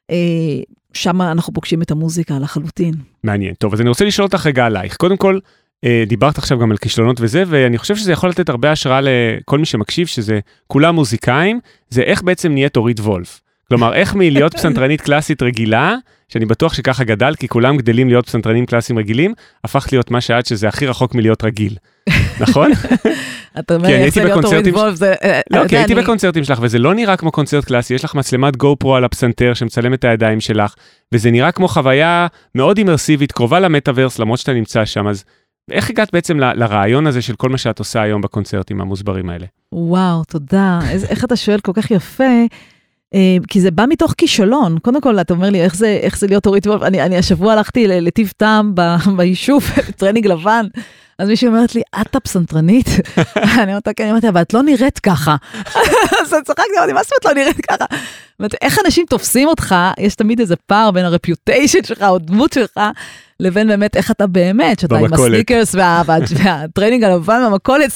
שם אנחנו פוגשים את המוזיקה לחלוטין. מעניין. טוב, אז אני רוצה לשאול אותך רגע עלייך. קודם כל, דיברת עכשיו גם על כישלונות וזה, ואני חושב שזה יכול לתת הרבה השראה לכל מי שמקשיב, שזה כולם מוזיקאים, זה איך בעצם נהיית אורית וולף. כלומר, איך מלהיות פסנתרנית קלאסית רגילה, שאני בטוח שככה גדל, כי כולם גדלים להיות פסנתרנים קלאסיים רגילים, הפך להיות מה שעד שזה הכי רחוק מלהיות רגיל. נכון? אתה אומר, איך זה להיות אורית וולף? לא, כי הייתי בקונצרטים שלך, וזה לא נראה כמו קונצרט קלאסי, יש לך מצלמת גו פרו על הפסנתר שמצלם את הידיים שלך, וזה נראה כמו חוויה מאוד אימרסיבית, קרובה למטאברס, למרות שאתה נמצא שם, אז איך הגעת בעצם לרעיון הזה של כל מה שאת עושה היום בקונצרטים המוסברים האלה? וואו, תודה. איך אתה שואל כל כך יפה, כי זה בא מתוך כישלון. קודם כל, אתה אומר לי, איך זה, איך זה להיות אורית וולף? אני, אני השבוע הלכתי לטיב טעם ביישוב, טרנינג לבן, אז מישהי אומרת לי, את הפסנתרנית? אני אומרת, כן, אני אומרת, אבל את לא נראית ככה. אז אני צוחקתי, אמרתי, מה זאת אומרת לא נראית ככה? איך אנשים תופסים אותך, יש תמיד איזה פער בין הרפיוטיישן שלך, או דמות שלך, לבין באמת איך אתה באמת, שאתה עם הסניקרס והטרנינג הלבן והמכולת,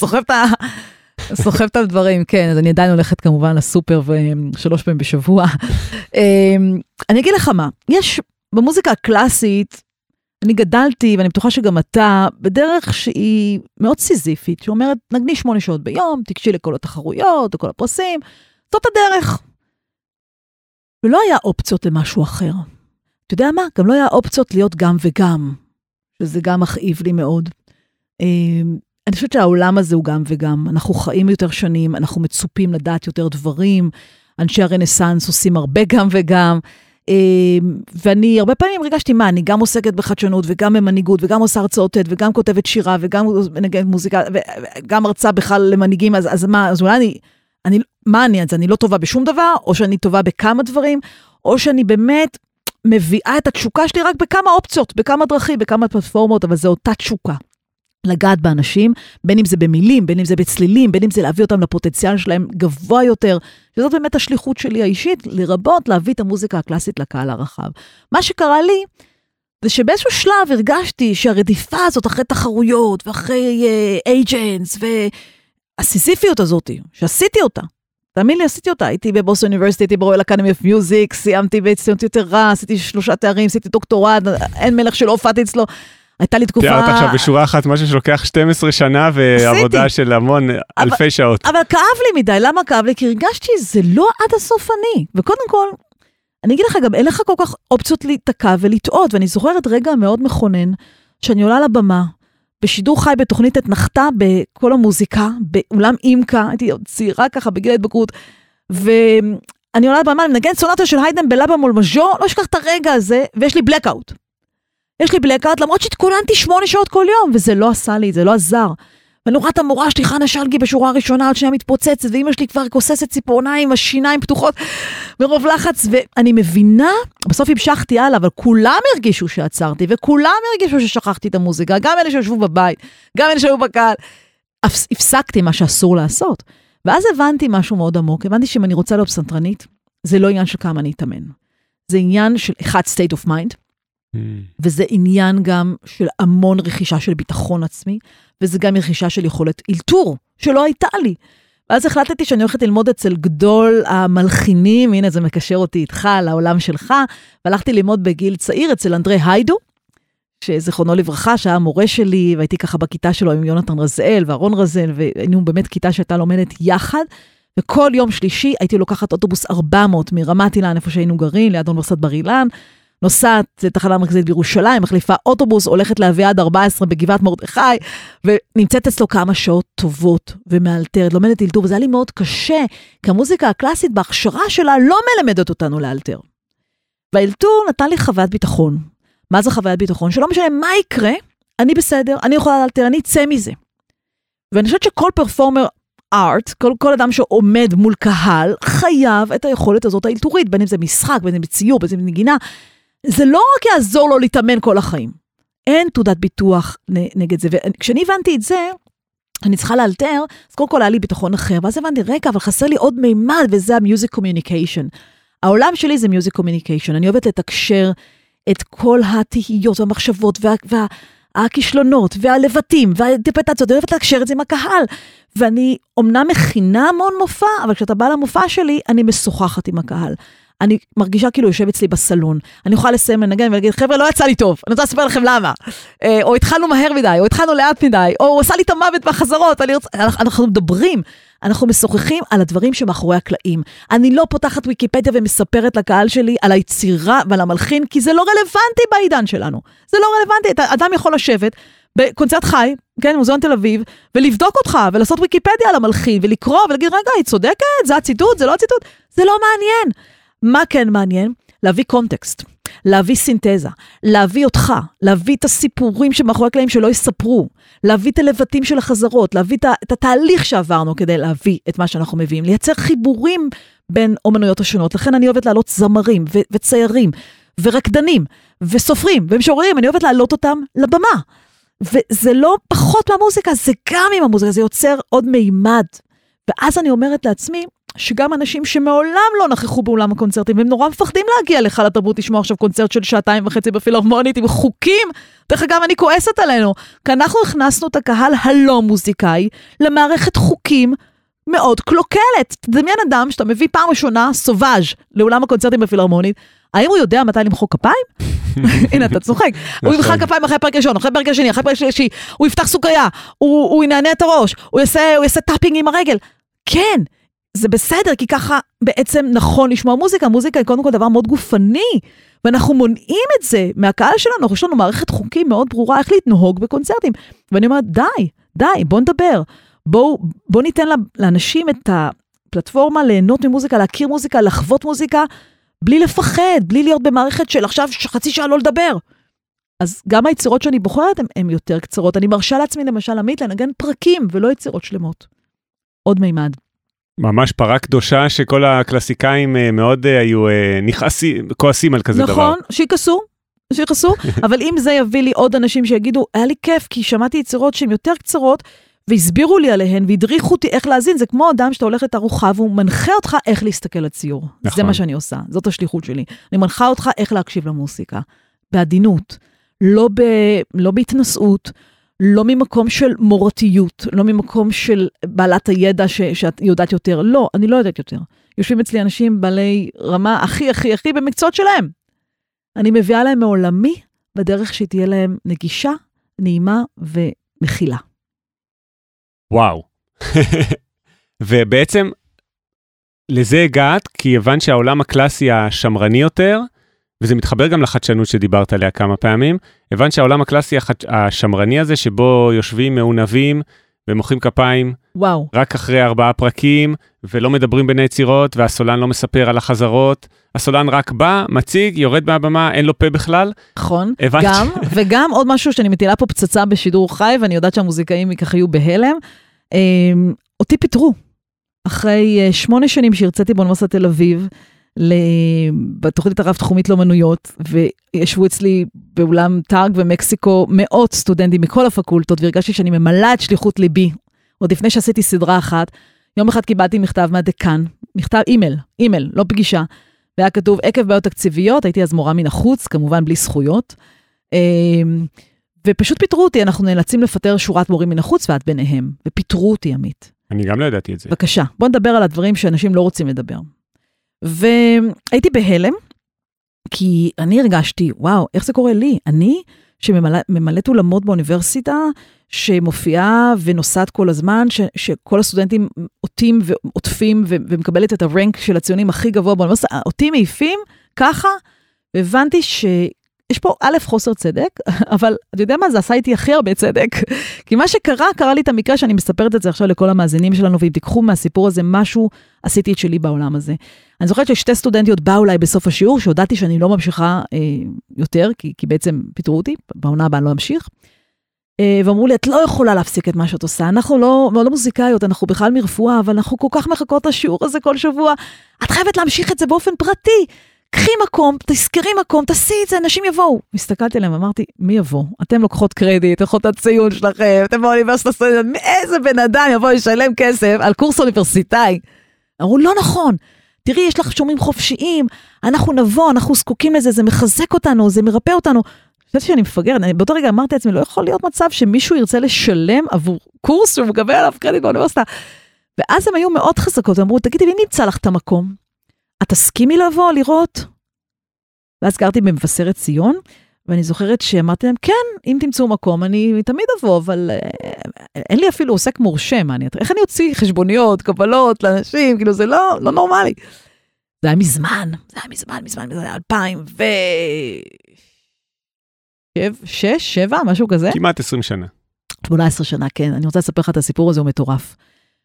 סוחב את הדברים, כן, אז אני עדיין הולכת כמובן לסופר ושלוש פעמים בשבוע. אני אגיד לך מה, יש במוזיקה הקלאסית, אני גדלתי, ואני בטוחה שגם אתה, בדרך שהיא מאוד סיזיפית, שאומרת, נגני שמונה שעות ביום, תקשי לכל התחרויות, לכל הפרסים, זאת הדרך. ולא היה אופציות למשהו אחר. אתה יודע מה? גם לא היה אופציות להיות גם וגם, שזה גם מכאיב לי מאוד. אני חושבת שהעולם הזה הוא גם וגם. אנחנו חיים יותר שנים, אנחנו מצופים לדעת יותר דברים, אנשי הרנסנס עושים הרבה גם וגם, ואני הרבה פעמים הרגשתי מה, אני גם עוסקת בחדשנות, וגם במנהיגות, וגם עושה הרצאות תד, וגם כותבת שירה, וגם מנגנת מוזיקה, וגם הרצאה בכלל למנהיגים, אז, אז מה, אז אולי אני, אני, מה אני, אז אני לא טובה בשום דבר, או שאני טובה בכמה דברים, או שאני באמת מביאה את התשוקה שלי רק בכמה אופציות, בכמה דרכים, בכמה פלטפורמות, אבל זה אותה תשוקה. לגעת באנשים, בין אם זה במילים, בין אם זה בצלילים, בין אם זה להביא אותם לפוטנציאל שלהם גבוה יותר, שזאת באמת השליחות שלי האישית, לרבות להביא את המוזיקה הקלאסית לקהל הרחב. מה שקרה לי, זה שבאיזשהו שלב הרגשתי שהרדיפה הזאת אחרי תחרויות, ואחרי אייג'נס, uh, והסיזיפיות הזאת, שעשיתי אותה, תאמין לי, עשיתי אותה, הייתי בבוסטון אוניברסיטי, הייתי ברויאל אקדמי אוף מיוזיק, סיימתי בהצטיינות יותר רע, עשיתי שלושה תארים, עשיתי דוקטורט, אין מלך שלא הופעתי אצלו, הייתה לי תקופה... תיארת עכשיו בשורה אחת, משהו שלוקח שתים עשרה שנה, ועבודה של המון אלפי שעות. אבל כאב לי מדי, למה כאב לי? כי הרגשתי, זה לא עד הסוף אני. וקודם כל, אני אגיד לך גם, אין לך כל כך אופציות להתקע ולטעות, ואני זוכרת רגע מאוד מכונן, שאני עולה לבמה, בשידור חי בתוכנית את נחתה, בכל המוזיקה, באולם אימקה, הייתי צעירה ככה, בגיל ההתבגרות, ואני עולה לבמה, אני מנגנת סונטה של היידן בלבה מול מז'ור, לא אשכח את הרגע הזה, ויש לי בלקאוט. יש לי בלקאוט, למרות שהתכוננתי שמונה שעות כל יום, וזה לא עשה לי, זה לא עזר. ואני רואה את המורה שלי, חנה שלגי, בשורה הראשונה, עוד שנייה מתפוצצת, ואמא שלי כבר כוססת ציפורניים, השיניים פתוחות, מרוב לחץ, ואני מבינה, בסוף המשכתי הלאה, אבל כולם הרגישו שעצרתי, וכולם הרגישו ששכחתי את המוזיקה, גם אלה שישבו בבית, גם אלה שהיו בקהל, הפסקתי מה שאסור לעשות. ואז הבנתי משהו מאוד עמוק, הבנתי שאם אני רוצה להיות פסנתרנית, זה לא עניין של כמה אני אתאמן. זה עניין של אחד state of mind, וזה עניין גם של המון רכישה של ביטחון עצמי, וזה גם רכישה של יכולת אילתור, שלא הייתה לי. ואז החלטתי שאני הולכת ללמוד אצל גדול המלחינים, הנה זה מקשר אותי איתך, לעולם שלך, והלכתי ללמוד בגיל צעיר אצל אנדרי היידו, שזכרונו לברכה, שהיה המורה שלי, והייתי ככה בכיתה שלו עם יונתן רזאל וארון רזאל, והיינו באמת כיתה שהייתה לומדת יחד, וכל יום שלישי הייתי לוקחת אוטובוס ארבע מאות מרמת אילן, איפה שהיינו גרים, ליד אוניברסיטת בר אילן, נוסעת לתחנה מרכזית בירושלים, מחליפה אוטובוס, הולכת לאביעד ארבע עשרה בגבעת מרדכי, ונמצאת אצלו כמה שעות טובות ומאלתרת, לומדת אלתור, וזה היה לי מאוד קשה, כי המוזיקה הקלאסית בהכשרה שלה לא מלמדת אותנו לאלתר. והאלתור נתן לי חוויית ביטחון. מה זה חוויית ביטחון? שלא משנה מה יקרה, אני בסדר, אני יכולה לאלתר, אני אצא מזה. ואני חושבת שכל פרפורמר ארט, כל, כל אדם שעומד מול קהל, חייב את היכולת הזאת האלתורית, בין אם זה משחק, בין אם זה ציור, בין אם זה נגינה, זה לא רק יעזור לו להתאמן כל החיים. אין תעודת ביטוח נגד זה. וכשאני הבנתי את זה, אני צריכה לאלתר, אז קודם כל היה לי ביטחון אחר, ואז הבנתי, רגע, אבל חסר לי עוד מימד, וזה ה-music communication. העולם שלי זה music communication. אני אוהבת לתקשר את כל התהיות והמחשבות, וה, והכישלונות, והלבטים, והאינטרפרטציות, אני אוהבת לתקשר את זה עם הקהל. ואני אומנם מכינה המון מופע, אבל כשאתה בא למופע שלי, אני משוחחת עם הקהל. אני מרגישה כאילו יושב אצלי בסלון, אני יכולה לסיים לנגן ולהגיד, חבר'ה, לא יצא לי טוב, אני רוצה לספר לכם למה. או התחלנו מהר מדי, או התחלנו לאט מדי, או הוא עשה לי את המוות בחזרות, אנחנו מדברים, אנחנו משוחחים על הדברים שמאחורי הקלעים. אני לא פותחת ויקיפדיה ומספרת לקהל שלי על היצירה ועל המלחין, כי זה לא רלוונטי בעידן שלנו. זה לא רלוונטי, אדם יכול לשבת בקונצרט חי, כן, מוזיאון תל אביב, ולבדוק אותך, ולעשות ויקיפדיה על המלחין, ולקרוא, ולהגיד, רגע, היא צודקת, זה הציטוט, זה לא הציטוט, זה לא מעניין. מה כן מעניין? להביא קונטקסט, להביא סינתזה, להביא אותך, להביא את הסיפורים שמאחורי הקלעים שלא יספרו, להביא את הלבטים של החזרות, להביא את התהליך שעברנו כדי להביא את מה שאנחנו מביאים, לייצר חיבורים בין אומנויות השונות. לכן אני אוהבת להעלות זמרים ו- וציירים ורקדנים וסופרים ומשוררים, אני אוהבת להעלות אותם לבמה. וזה לא פחות מהמוזיקה, זה גם עם המוזיקה, זה יוצר עוד מימד. ואז אני אומרת לעצמי, שגם אנשים שמעולם לא נכחו באולם הקונצרטים, והם נורא מפחדים להגיע לך לתרבות, לשמוע עכשיו קונצרט של שעתיים וחצי בפילהרמונית, עם חוקים, דרך אגב אני כועסת עלינו, כי אנחנו הכנסנו את הקהל הלא מוזיקאי, למערכת חוקים מאוד קלוקלת. דמיין אדם שאתה מביא פעם ראשונה סובאז' לאולם הקונצרטים בפילהרמונית, האם הוא יודע מתי למחוא כפיים? הנה, אתה צוחק. הוא ימחא כפיים אחרי פרק ראשון, אחרי פרק השני, אחרי פרק שלישי, הוא יפתח סוכריה, הוא ינענע את הראש, הוא יעשה טאפינג עם הרגל. כן, זה בסדר, כי ככה בעצם נכון לשמוע מוזיקה. מוזיקה היא קודם כל דבר מאוד גופני, ואנחנו מונעים את זה מהקהל שלנו. יש לנו מערכת חוקים מאוד ברורה איך להתנהוג בקונצרטים. ואני אומרת, די, די, בוא נדבר. בוא, בוא ניתן לאנשים את הפלטפורמה ליהנות ממוזיקה, להכיר מוזיקה, לחוות מוזיקה, בלי לפחד, בלי להיות במערכת של עכשיו חצי שעה לא לדבר. אז גם היצירות שאני בוחרת הן יותר קצרות. אני מרשה לעצמי למשל עמית לנגן פרקים ולא יצירות שלמות. עוד מימד. ממש פרה קדושה שכל הקלאסיקאים מאוד היו נכעסים, כועסים על כזה דבר. נכון, שיקסו, שיקסו, אבל אם זה יביא לי עוד אנשים שיגידו, היה לי כיף, כי שמעתי יצירות שהן יותר קצרות, והסבירו לי עליהן, והדריכו אותי איך להזין, זה כמו אדם שאתה הולך לתערוכה, והוא מנחה אותך איך להסתכל לציור. נכון. זה מה שאני עושה, זאת השליחות שלי. אני מנחה אותך איך להקשיב למוסיקה, בעדינות, לא, ב, לא בהתנסות, לא ממקום של מורתיות, לא ממקום של בעלת הידע ש, שאת יודעת יותר. לא, אני לא יודעת יותר. יושבים אצלי אנשים בעלי רמה הכי, הכי, הכי במקצועות שלהם. אני מביאה להם מעולמי, בדרך שתהיה להם נגישה, נעימה ומכילה. וואו. ובעצם, לזה הגעת, כי הבנת שהעולם הקלאסי השמרני יותר, וזה מתחבר גם לחדשנות שדיברת עליה כמה פעמים, הבנת שהעולם הקלאסי השמרני הזה, שבו יושבים מעונבים ומוחאים כפיים, וואו. רק אחרי ארבעה פרקים, ולא מדברים בין היצירות, והסולן לא מספר על החזרות, הסולן רק בא, מציג, יורד מהבמה, אין לו פה בכלל. נכון, גם, וגם עוד משהו שאני מטילה פה פצצה בשידור חי, ואני יודעת שהמוזיקאים ככה יהיו בהלם, אותי פיתרו, אחרי שמונה שנים שהרציתי באוניברסיטת תל אביב, בתוכנית הרב-תחומית לאומנויות, וישבו אצלי באולם טארג ומקסיקו מאות סטודנטים מכל הפקולטות, והרגשתי שאני ממלאה את שליחות ליבי, עוד לפני שעשיתי סדרה אחת. יום אחד קיבלתי מכתב מהדקן, מכתב אימייל, אימייל, לא פגישה, והיה כתוב עקב בעיות תקציביות, הייתי אז מורה מן החוץ, כמובן בלי זכויות, ופשוט פיתרו אותי, אנחנו נאלצים לפטר שורת מורים מן החוץ, ואת ביניהם, ופיתרו אותי עמית. אני גם לא ידעתי את זה. בבקשה, בוא נדבר על הדברים שאנשים לא רוצים לדבר. והייתי בהלם, כי אני הרגשתי, וואו, איך זה קורה לי? אני שממלאת אולמות באוניברסיטה, שמופיעה ונוסעת כל הזמן, ש, שכל הסטודנטים עוטים ועוטפים, ו, ומקבלת את הרנק של הציונים הכי גבוה באוניברסיטה, עוטים מעיפים, ככה, והבנתי שיש פה א' חוסר צדק, אבל אתה יודע מה, זה עשה איתי הכי הרבה צדק, כי מה שקרה, קרה לי את המקרה שאני מספרת את זה עכשיו לכל המאזינים שלנו, ואם תיקחו מהסיפור הזה משהו, עשיתי את שלי בעולם הזה. אני זוכרת ששתי סטודנטיות באו אליי בסוף השיעור, שהודעתי שאני לא ממשיכה אה, יותר, כי, כי בעצם פיתרו אותי, בעונה הבאה אני לא אמשיך, אה, ואמרו לי, את לא יכולה להפסיק את מה שאת עושה, אנחנו לא, לא מוזיקאיות, אנחנו בכלל מרפואה, אבל אנחנו כל כך מחכות לשיעור הזה כל שבוע, את חייבת להמשיך את זה באופן פרטי, קחי מקום, תזכרי מקום, תעשי את זה, אנשים יבואו. מסתכלתי עליהם, אמרתי, מי יבוא? אתם לוקחות קרדיט, לוקחות את הציון שלכם, אתם באוניברסיטה סטודנט, איזה בן אדם יבוא לשלם כסף על קורס אוניברסיטאי? אמרו, לא נכון, תראי, יש לך שומעים חופשיים, אנחנו נבוא, אנחנו זקוקים לזה, זה מחזק אותנו, זה מרפא אותנו. חשבתי שאני מפגרת, באותו רגע אמרתי לעצמי, לא יכול להיות מצב שמישהו ירצה לשלם עבור קורס שהוא מקבל עליו קרדיט באוניברסיטה. ואז הם היו מאוד חזקות, אמרו, תגידי, מי נמצא לך את המקום? את תסכימי לבוא, לראות? ואז גרתי במבשרת ציון, ואני זוכרת שאמרתי להם, כן, אם תמצאו מקום, אני תמיד אבוא, אבל אין לי אפילו עוסק מורשה, מה אני, איך אני אוציא חשבוניות, קבלות לאנשים, כאילו זה לא, לא נורמלי. זה היה מזמן, זה היה מזמן, מזמן, מזמן, אלפיים ו... שש, שבע, משהו כזה. כמעט עשרים שנה. שמונה עשרה שנה, כן. אני רוצה לספר לך את הסיפור הזה, הוא מטורף.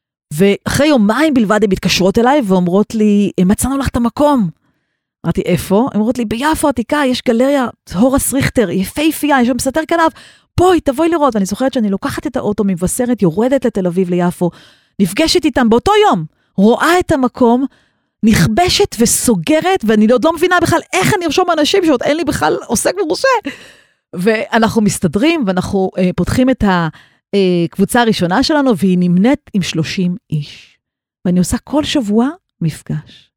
ואחרי יומיים בלבד הן מתקשרות אליי ואומרות לי, מצאנו לך את המקום. אמרתי, איפה? הן אומרות לי, ביפו עתיקה, יש גלריה, הורס ריכטר, יפהפייה, יש שם מסתר כנף, בואי, תבואי לראות. ואני זוכרת שאני לוקחת את האוטו מבשרת, יורדת לתל אביב ליפו, נפגשת איתם באותו יום, רואה את המקום, נכבשת וסוגרת, ואני עוד לא מבינה בכלל איך אני ארשום אנשים שעוד אין לי בכלל עוסק מורשה. ואנחנו מסתדרים, ואנחנו אה, פותחים את הקבוצה הראשונה שלנו, והיא נמנית עם שלושים איש. ואני עושה כל שבוע מפגש.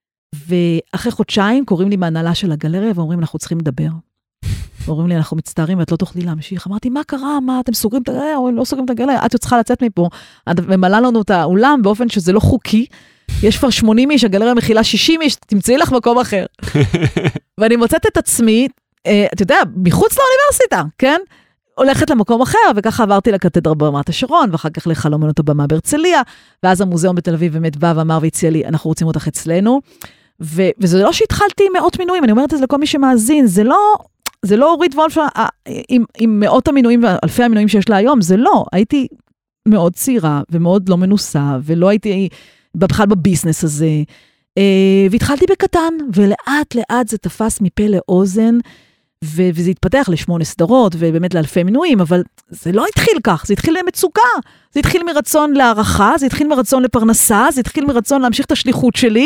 ואחרי חודשיים קוראים לי מהנהלה של הגלריה, ואומרים, אנחנו צריכים לדבר. ואומרים לי, אנחנו מצטערים, ואת לא תוכלי להמשיך. אמרתי, מה קרה? מה, אתם סוגרים את הגלריה? או לא סוגרים את הגלריה? את צריכה לצאת מפה. את ממלאה לנו את האולם באופן שזה לא חוקי. יש כבר שמונים איש, הגלריה מכילה שישים איש, תמצאי לך מקום אחר. ואני מוצאת את עצמי, אתה יודע, מחוץ לאוניברסיטה, כן? הולכת למקום אחר, וככה עברתי לקתדרה ברמת השרון, ואחר כך לחלום אומנות הבמה בהרצליה, ואז המוזיאון בתל אביב באמת בא ואמר והציע לי, אנחנו רוצים אותך אצלנו. ו- וזה לא שהתחלתי עם מאות מינויים, אני אומרת את זה לכל מי שמאזין, זה לא, זה לא אורית וולף עם, עם מאות המינויים ואלפי המינויים שיש לה היום, זה לא. הייתי מאוד צעירה ומאוד לא מנוסה, ולא הייתי בכלל בביזנס הזה, והתחלתי בקטן, ולאט לאט זה תפס מפה לאוזן, ו- וזה התפתח לשמונה סדרות, ובאמת לאלפי מינויים, אבל זה לא התחיל כך, זה התחיל למצוקה, זה התחיל מרצון להערכה, זה התחיל מרצון לפרנסה, זה התחיל מרצון להמשיך את השליחות שלי,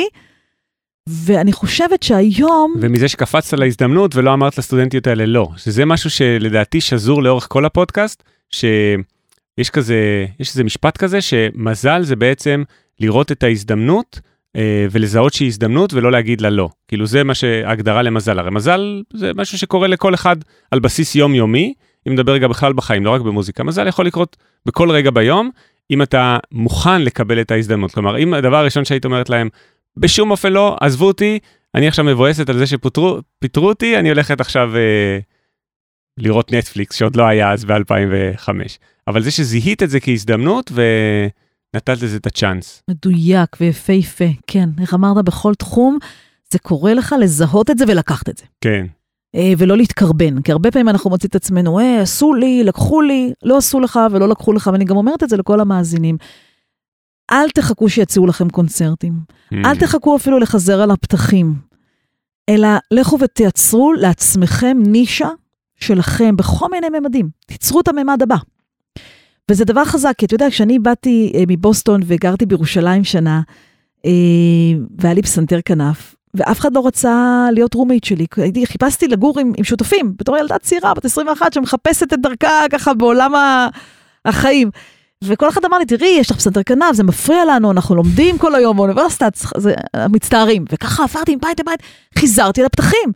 ואני חושבת שהיום... ומזה שקפצת להזדמנות ולא אמרת לסטודנטיות האלה לא, שזה משהו שלדעתי שזור לאורך כל הפודקאסט, שיש כזה, יש איזה משפט כזה, שמזל זה בעצם לראות את ההזדמנות, ולזהות שהיא הזדמנות ולא להגיד לה לא. כאילו זה מה שההגדרה למזל. הרי מזל זה משהו שקורה לכל אחד על בסיס יומיומי, אם נדבר רגע בכלל בחיים, לא רק במוזיקה. מזל יכול לקרות בכל רגע ביום, אם אתה מוכן לקבל את ההזדמנות. כלומר, אם הדבר הראשון שהיית אומרת להם, בשום אופן לא, עזבו אותי, אני עכשיו מבואסת על זה שפיטרו אותי, אני הולכת עכשיו אה, לראות נטפליקס, שעוד לא היה אז ב-אלפיים וחמש. אבל זה שזיהית את זה כהזדמנות, ונתת לזה את הצ'אנס. מדויק ויפהפה, כן. איך אמרת, בכל תחום, זה קורה לך לזהות את זה ולקחת את זה. כן. אה, ולא להתקרבן, כי הרבה פעמים אנחנו מוצאים את עצמנו, אה, עשו לי, לקחו לי, לא עשו לך ולא לקחו לך, ואני גם אומרת את זה לכל המאזינים. אל תחכו שיציעו לכם קונצרטים. Mm. אל תחכו אפילו לחזר על הפתחים. אלא לכו ותייצרו לעצמכם נישה שלכם בכל מיני ממדים. תיצרו את הממד הבא. וזה דבר חזק, כי אתה יודע, כשאני באתי אה, מבוסטון וגרתי בירושלים שנה, אה, והיה לי פסנתר כנף, ואף אחד לא רצה להיות רומית שלי. הייתי, חיפשתי לגור עם, עם שותפים, בתור ילדה צעירה, בת עשרים ואחת, שמחפשת את דרכה ככה בעולם החיים. וכל אחד אמר לי, תראי, יש לך פסנתר כנף, זה מפריע לנו, אנחנו לומדים כל היום באוניברסיטה, זה מצטערים. וככה עברתי מבית לבית, חיזרתי לפתחים.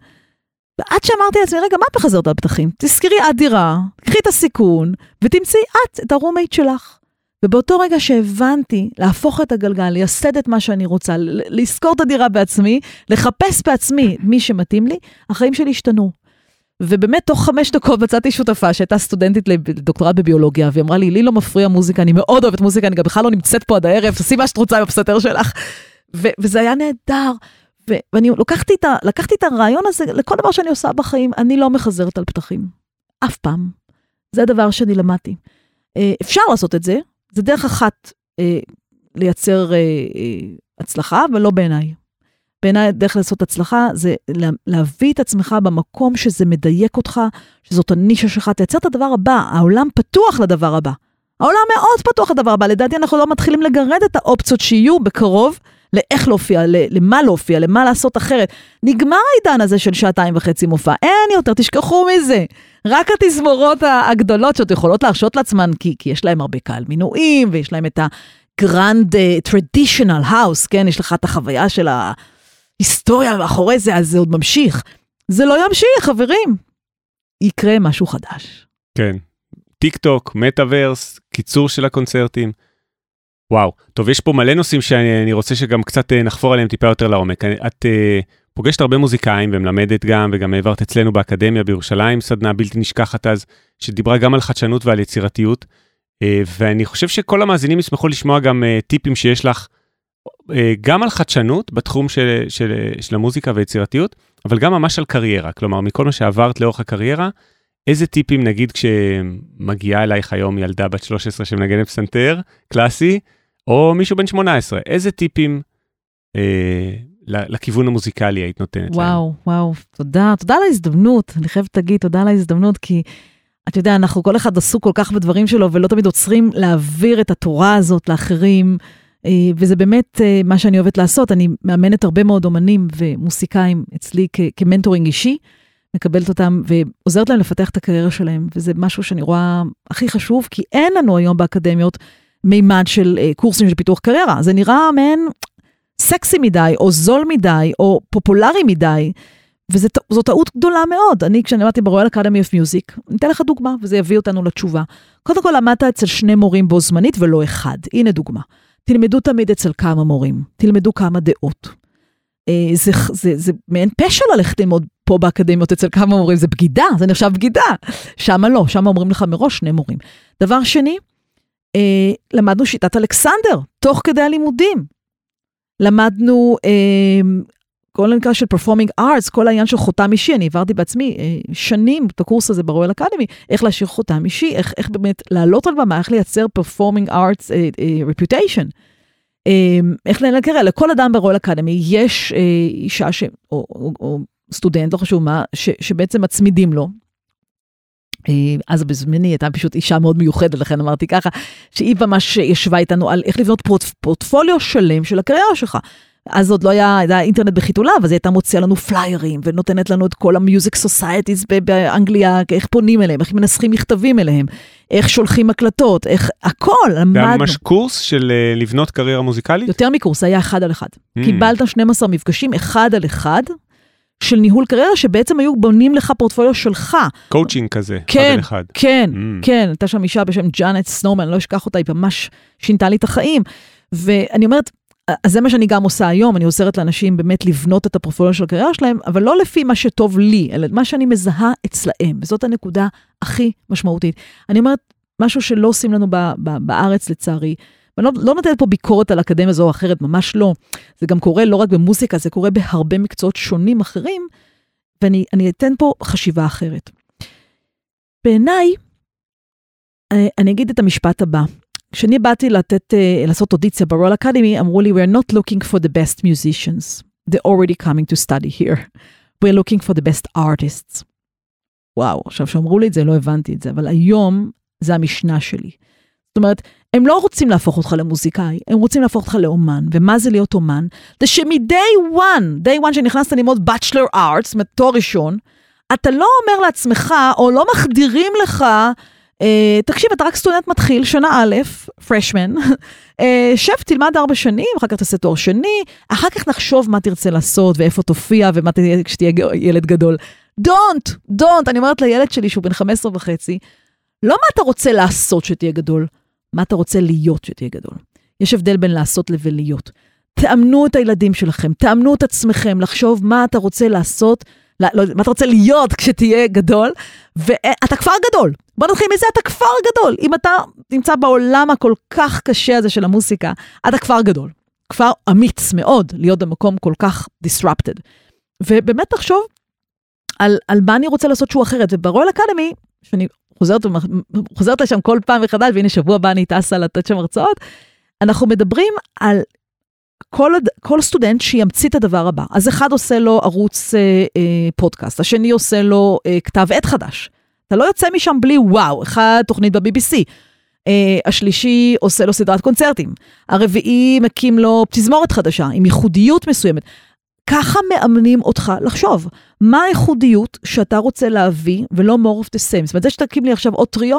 ועד שאמרתי לעצמי, רגע, מה את מחזרת על פתחים? תזכרי את דירה, קחי את הסיכון, ותמצאי את את הרומית שלך. ובאותו רגע שהבנתי להפוך את הגלגל, לייסד את מה שאני רוצה, לזכור את הדירה בעצמי, לחפש בעצמי מי שמתאים לי, החיים שלי השתנו. ובאמת תוך חמש דקות מצאתי שותפה שהייתה סטודנטית לדוקטורט בביולוגיה, והיא אמרה לי, לי לא מפריע מוזיקה, אני מאוד אוהבת מוזיקה, אני גם בכלל לא נמצאת פה עד הערב, תעשי מה שאת רוצה עם הפסנתר שלך. ו- וזה היה נהדר. ו- ואני לקחתי את, ה- לקחתי את הרעיון הזה, לכל דבר שאני עושה בחיים, אני לא מחזרת על פתחים. אף פעם. זה הדבר שאני למדתי. אפשר לעשות את זה, זה דרך אחת אה, לייצר אה, אה, הצלחה, אבל לא בעיניי. בעיניי דרך לעשות הצלחה, זה לה, להביא את עצמך במקום שזה מדייק אותך, שזאת הנישה שלך, תייצר את הדבר הבא, העולם פתוח לדבר הבא. העולם מאוד פתוח לדבר הבא, לדעתי אנחנו לא מתחילים לגרד את האופציות שיהיו בקרוב, לאיך להופיע, למה להופיע, למה לעשות אחרת. נגמר העידן הזה של שעתיים וחצי מופע, אין יותר, תשכחו מזה. רק התזמורות הגדולות שאת יכולות להרשות לעצמן, כי, כי יש להם הרבה קהל מינויים, ויש להם את הגרנד טרדישיונל האוס, כן? יש לך את החוויה של ההיסטוריה מאחורי זה, אז זה עוד ממשיך. זה לא ימשיך, חברים. יקרה משהו חדש. כן. טיק טוק, מטאברס, קיצור של הקונצרטים. וואו, טוב, יש פה מלא נושאים שאני רוצה שגם קצת נחפור עליהם טיפה יותר לעומק. את uh, פוגשת הרבה מוזיקאים ומלמדת גם, וגם העברת אצלנו באקדמיה בירושלים, סדנה בלתי נשכחת אז, שדיברה גם על חדשנות ועל יצירתיות, uh, ואני חושב שכל המאזינים ישמחו לשמוע גם uh, טיפים שיש לך, uh, גם על חדשנות בתחום של, של, של המוזיקה ויצירתיות, אבל גם ממש על קריירה, כלומר, מכל מה שעברת לאורך הקריירה, איזה טיפים, נגיד, כשמגיעה אלייך היום ילדה בת שלוש עשרה שמנגנת פסנתר, קלאסי, או מישהו בן שמונה עשרה, איזה טיפים אה, לכיוון המוזיקלי היית נותנת להם? וואו, וואו, תודה, תודה על ההזדמנות, אני חייבת להגיד תודה על ההזדמנות, כי אתה יודע, אנחנו כל אחד עסוק כל כך בדברים שלו, ולא תמיד עוצרים להעביר את התורה הזאת לאחרים, וזה באמת מה שאני אוהבת לעשות, אני מאמנת הרבה מאוד אומנים ומוסיקאים אצלי כ- כמנטורינג אישי, מקבלת אותם ועוזרת להם לפתח את הקריירה שלהם, וזה משהו שאני רואה הכי חשוב, כי אין לנו היום באקדמיות מימד של קורסים של פיתוח קריירה, זה נראה מעין סקסי מדי, או זול מדי, או פופולרי מדי, וזו טעות גדולה מאוד. אני, כשאני למדתי ברויאל אקדמי אוף מיוזיק, אני אתן לך דוגמה, וזה יביא אותנו לתשובה. קודם כל, למדת אצל שני מורים בו זמנית, ולא אחד. הנה דוגמה. תלמדו תמיד אצל כמה מורים, תלמדו כמה דעות. זה, זה, זה מעין פשע ללכת ללמוד פה באקדמיות אצל כמה מורים, זה בגידה, זה נחשב בגידה. שמה לא, שמה אומרים לך מראש שני מורים. דבר שני, למדנו שיטת אלכסנדר, תוך כדי הלימודים. למדנו כל הנקרא של performing arts, כל העניין של חותם אישי, אני עברתי בעצמי שנים את הקורס הזה ברויאל אקדמי, איך להשאיר חותם אישי, איך, איך באמת לעלות על במה, איך לייצר performing arts uh, uh, reputation. Um, איך לנקרא, לכל אדם ברויאל אקדמי יש uh, אישה ש, או, או, או סטודנט, לא חשוב מה, ש, שבעצם מצמידים לו. Uh, אז בזמני הייתה פשוט אישה מאוד מיוחדת, לכן אמרתי ככה, שהיא ממש ישבה איתנו על איך לבנות פורט, פורטפוליו שלם של הקריירה שלך. אז עוד לא היה, היה אינטרנט בחיתוליו, אז היא הייתה מוציאה לנו פליירים, ונותנת לנו את כל המיוזיק סוסייטיז באנגליה, איך פונים אליהם, איך מנסחים מכתבים אליהם, איך שולחים הקלטות, איך, הכל, למדנו. גם ממש קורס של לבנות קריירה מוזיקלית? יותר מקורס, היה אחד על אחד. Mm. קיבלת שנים עשר מפגשים, אחד על אחד, של ניהול קריירה, שבעצם היו בונים לך פורטפוליו שלך. קואוצ'ינג כזה, כן, אחד על אחד. כן, mm. כן, הייתה שם אישה בשם ג'אנט סנורמן, לא אשכח אותה, היא ממש שינתה לי את החיים. ואני אומרת, אז זה מה שאני גם עושה היום, אני עוזרת לאנשים באמת לבנות את הפורטפוליו של הקריירה שלהם, אבל לא לפי מה שטוב לי, אלא מה שאני מזהה אצלהם, וזאת הנקודה הכי משמעותית. אני אומרת, משהו שלא עושים לנו ב- ב- בארץ לצערי, ואני לא, לא נותנת פה ביקורת על אקדמיה זו או אחרת, ממש לא. זה גם קורה לא רק במוזיקה, זה קורה בהרבה מקצועות שונים אחרים, ואני אני אתן פה חשיבה אחרת. בעיניי, אני אגיד את המשפט הבא, כשאני באתי לתת, uh, לעשות אודיציה ברויאל אקדמי, אמרו לי, we are not looking for the best musicians. They're already coming to study here. We're looking for the best artists. וואו, עכשיו שאמרו לי את זה, לא הבנתי את זה, אבל היום זה המשנה שלי. זאת אומרת, הם לא רוצים להפוך אותך למוזיקאי, הם רוצים להפוך אותך לאומן. ומה זה להיות אומן? זה שמ-day one, day one שנכנסת ללמוד bachelor arts, תואר ראשון, אתה לא אומר לעצמך, או לא מחדירים לך, Uh, תקשיב, אתה רק סטודנט מתחיל, שנה א', פרשמן, uh, שב, תלמד ארבע שנים, אחר כך תעשה תואר שני, אחר כך נחשוב מה תרצה לעשות, ואיפה תופיע, ומה תהיה כשתהיה ילד גדול. Don't, don't, אני אומרת לילד שלי, שהוא בן חמש עשרה וחצי, לא מה אתה רוצה לעשות שתהיה גדול, מה אתה רוצה להיות שתהיה גדול. יש הבדל בין לעשות ולהיות. תאמנו את הילדים שלכם, תאמנו את עצמכם, לחשוב מה אתה רוצה לעשות, לא, לא, מה אתה רוצה להיות כשתהיה גדול, ואתה כבר גדול. בוא נתחיל מזה, אתה כבר גדול. אם אתה נמצא בעולם הכל כך קשה הזה של המוסיקה, אתה כבר גדול. כבר אמיץ מאוד להיות במקום כל כך disrupted. ובאמת תחשוב על, על מה אני רוצה לעשות שהוא אחרת. וברויאל אקדמי, שאני חוזרת, חוזרת לשם כל פעם מחדש, והנה שבוע הבא אני טסה לתת שם הרצאות, אנחנו מדברים על כל, כל סטודנט שימציא את הדבר הבא. אז אחד עושה לו ערוץ אה, אה, פודקאסט, השני עושה לו אה, כתב עת חדש. אתה לא יוצא משם בלי וואו, אחד תוכנית ב-בי בי סי, אה, השלישי עושה לו סדרת קונצרטים, הרביעי מקים לו תזמורת חדשה, עם ייחודיות מסוימת. ככה מאמנים אותך לחשוב, מה הייחודיות שאתה רוצה להביא, ולא more of the same. זאת אומרת, זה שתקים לי עכשיו עוד טריו,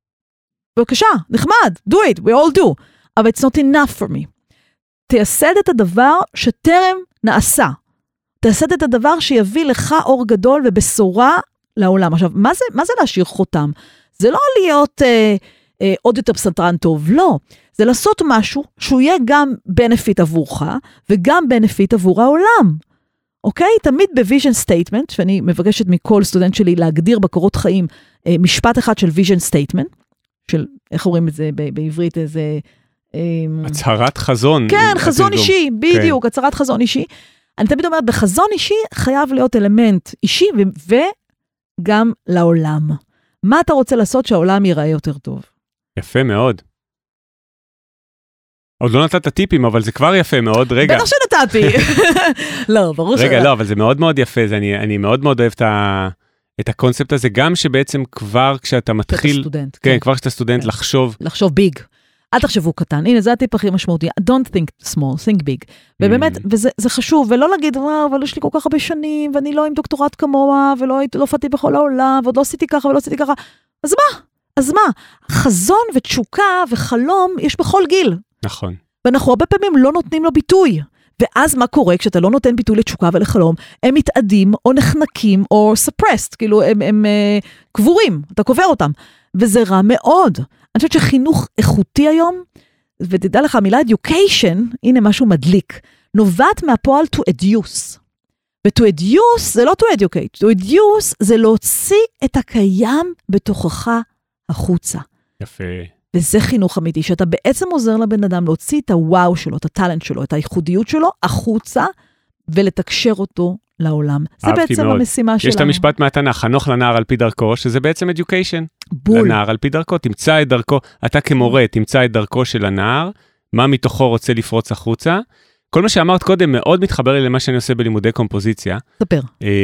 בבקשה, נחמד, do it, we all do, אבל it's not enough for me. תייסד את הדבר שטרם נעשה. תייסד את הדבר שיביא לך אור גדול ובשורה לעולם. עכשיו, מה זה, מה זה להשאיר חותם? זה לא להיות אה, אה, עוד יותר פסנתרן טוב, לא. זה לעשות משהו שהוא יהיה גם בנפיט עבורך, וגם בנפיט עבור העולם. אוקיי? תמיד בוויז'ן סטייטמנט, שאני מבקשת מכל סטודנט שלי להגדיר בקורות חיים, אה, משפט אחד של ויז'ן סטייטמנט, של, איך אומרים את זה ב- בעברית, איזה... הצהרת חזון. כן, חזון אישי, בדיוק, הצהרת חזון אישי. אני תמיד אומרת, בחזון אישי חייב להיות אלמנט אישי, וגם לעולם. מה אתה רוצה לעשות שהעולם ייראה יותר טוב? יפה מאוד. עוד לא נתת טיפים, אבל זה כבר יפה מאוד. רגע. בטח שנתתי. לא, ברור ש... רגע, לא, אבל זה מאוד מאוד יפה. זה, אני, אני מאוד מאוד אוהב את, ה, את הקונספט הזה, גם שבעצם כבר כשאתה מתחיל... כשאתה סטודנט. כן, כבר כשאתה סטודנט, לחשוב... לחשוב ביג. אל תחשבו קטן. הנה, זה הטיפ הכי משמעותי. Don't think small, think big. ובאמת, וזה זה חשוב, ולא להגיד, וואו, אבל יש לי כל כך הרבה שנים, ואני לא עם דוקטורט כמוה, ולא הופעתי בכל העולם, ועוד לא עשיתי ככה, ולא עשיתי ככה. אז מה? אז מה? חזון ותשוקה וחלום יש בכל גיל. נכון. ואנחנו הרבה פעמים לא נותנים לו ביטוי. ואז מה קורה כשאתה לא נותן ביטוי לתשוקה ולחלום? הם מתאדים או נחנקים או suppressed, כאילו הם, הם uh, קבורים, אתה קובר אותם. וזה רע מאוד. אני חושבת שחינוך איכותי היום, ותדע לך, המילה education, הנה משהו מדליק, נובעת מהפועל to educe. ו-to educe זה לא to educate, to educe זה להוציא את הקיים בתוכך החוצה. יפה. וזה חינוך אמיתי, שאתה בעצם עוזר לבן אדם להוציא את הוואו שלו, את הטלנט שלו, את הייחודיות שלו, החוצה, ולתקשר אותו לעולם. זה בעצם מאוד. המשימה שלנו. יש את המשפט מהתנ"ך, חנוך לנער על פי דרכו, שזה בעצם education. בול. לנער על פי דרכו, תמצא את דרכו, אתה כמורה, תמצא את דרכו של הנער, מה מתוכו רוצה לפרוץ החוצה. כל מה שאמרת קודם מאוד מתחבר לי למה שאני עושה בלימודי קומפוזיציה. ספר.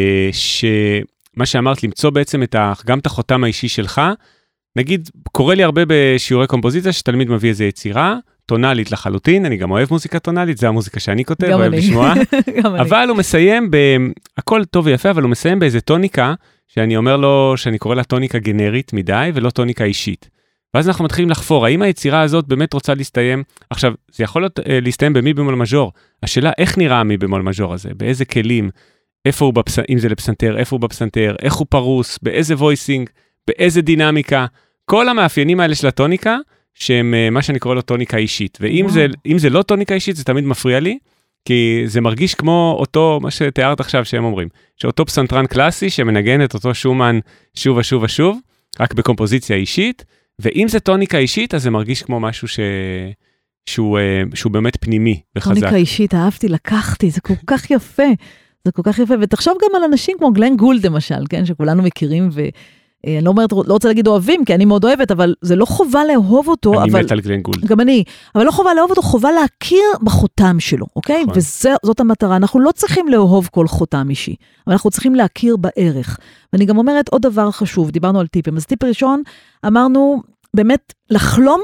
שמה שאמרת, למצוא בעצם את ה, גם את החותם האישי שלך, נגיד, קורה לי הרבה בשיעורי קומפוזיציה, שתלמיד מביא איזו יצירה, טונלית לחלוטין, אני גם אוהב מוזיקה טונלית, זה המוזיקה שאני כותב, אוהב לשמוע. אבל הוא מסיים, הכל טוב ויפה, אבל הוא מסיים באיזה טוניקה, שאני אומר לו, שאני קורא לה טוניקה גנרית מדי, ולא טוניקה אישית. ואז אנחנו מתחילים לחפור, האם היצירה הזאת באמת רוצה להסתיים, עכשיו, זה יכול להיות להסתיים במי במול מז'ור, השאלה, איך נראה מי במול מז'ור הזה, באיזה כלים, איפה הוא בפס... אם זה לפסנתר, איפה הוא בפסנתר, איך הוא פרוס, באיזה וויסינג, באיזה דינמיקה, כל המאפיינים האלה של הטוניקה, שהם מה שאני קורא לו טוניקה אישית. ואם זה, אם זה לא טוניקה אישית, זה תמיד מפריע לי, כי זה מרגיש כמו אותו, מה שתיארת עכשיו שהם אומרים, שאותו פסנתרן קלאסי שמנגן את אותו שומן שוב ושוב ושוב, רק בקומפוזיציה אישית, ואם זה טוניקה אישית, אז זה מרגיש כמו משהו ש... שהוא, שהוא באמת פנימי וחזק. טוניקה אישית, אהבתי, לקחתי, זה כל כך יפה. זה כל כך יפה, ותחשוב גם על אנשים כמו גלן גולד למשל, כן, שכולנו מכירים ו... אני לא אומרת, לא רוצה להגיד אוהבים, כי אני מאוד אוהבת, אבל זה לא חובה לאהוב אותו. אני אבל, מת על גלן גולד. גם אני, אבל לא חובה לאהוב אותו, חובה להכיר בחותם שלו, אוקיי? נכון. וזאת המטרה, אנחנו לא צריכים לאהוב כל חותם אישי, אבל אנחנו צריכים להכיר בערך. ואני גם אומרת עוד דבר חשוב, דיברנו על טיפים, אז טיפ ראשון, אמרנו באמת לחלום,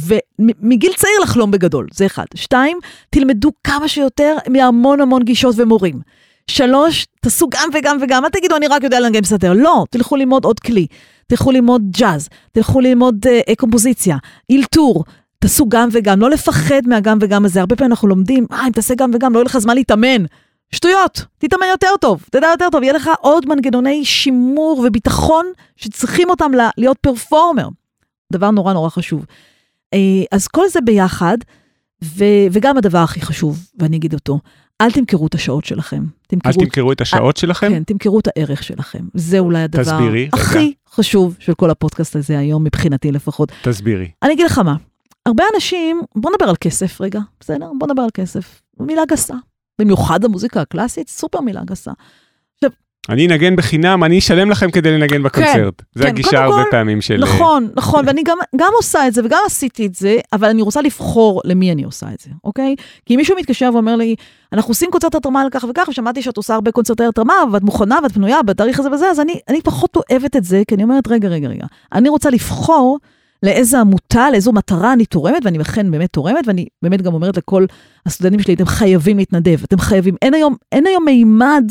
ומגיל צעיר לחלום בגדול, זה אחד. שתיים, תלמדו כמה שיותר מהמון המון גישות ומורים. שלוש, תעשו גם וגם וגם, אל תגידו, אני רק יודע לנגן פסנתר. לא, תלכו ללמוד עוד כלי, תלכו ללמוד ג'אז, תלכו ללמוד אה, קומפוזיציה, אילתור, תעשו גם וגם, לא לפחד מהגם וגם הזה. הרבה פעמים אנחנו לומדים, אה, אם תעשה גם וגם, לא יהיה לך זמן להתאמן. שטויות, תתאמן יותר טוב, תדע יותר טוב, יהיה לך עוד מנגנוני שימור וביטחון, שצריכים אותם להיות פרפורמר. דבר נורא נורא חשוב. אה, אז כל זה ביחד, ו- וגם הדבר הכי חשוב, ואני אגיד אותו, אל תמכרו את השעות שלכם. אל תמכרו את השעות שלכם? כן, תמכרו את הערך שלכם. זה אולי הדבר תסבירי, הכי רגע. חשוב של כל הפודקאסט הזה היום, מבחינתי לפחות. תסבירי. אני אגיד לך מה, הרבה אנשים, בוא נדבר על כסף רגע, בסדר? בוא נדבר על כסף. מילה גסה. במיוחד המוזיקה הקלאסית, סופר מילה גסה. עכשיו, אני אנגן בחינם, אני אשלם לכם כדי לנגן בקונצרט. כן, זה כן, הגישה הרבה כל, פעמים של... נכון, נכון, ואני גם, גם עושה את זה, וגם עשיתי את זה, אבל אני רוצה לבחור למי אני עושה את זה, אוקיי? כי אם מישהו מתקשר ואומר לי, אנחנו עושים קונצרט התרמה על כך וכך, ושמעתי שאת עושה הרבה קונצרטי התרמה, ואת מוכנה ואת פנויה בתאריך הזה וזה, אז אני, אני פחות אוהבת את זה, כי אני אומרת, רגע, רגע, רגע. אני רוצה לבחור לאיזו עמותה, לאיזו מטרה אני תורמת, ואני בכן באמת תורמת, ואני באמת גם אומרת לכל הסטודנטים שלי, אתם חייבים להתנדב, אתם חייבים. אין היום, אין היום מימד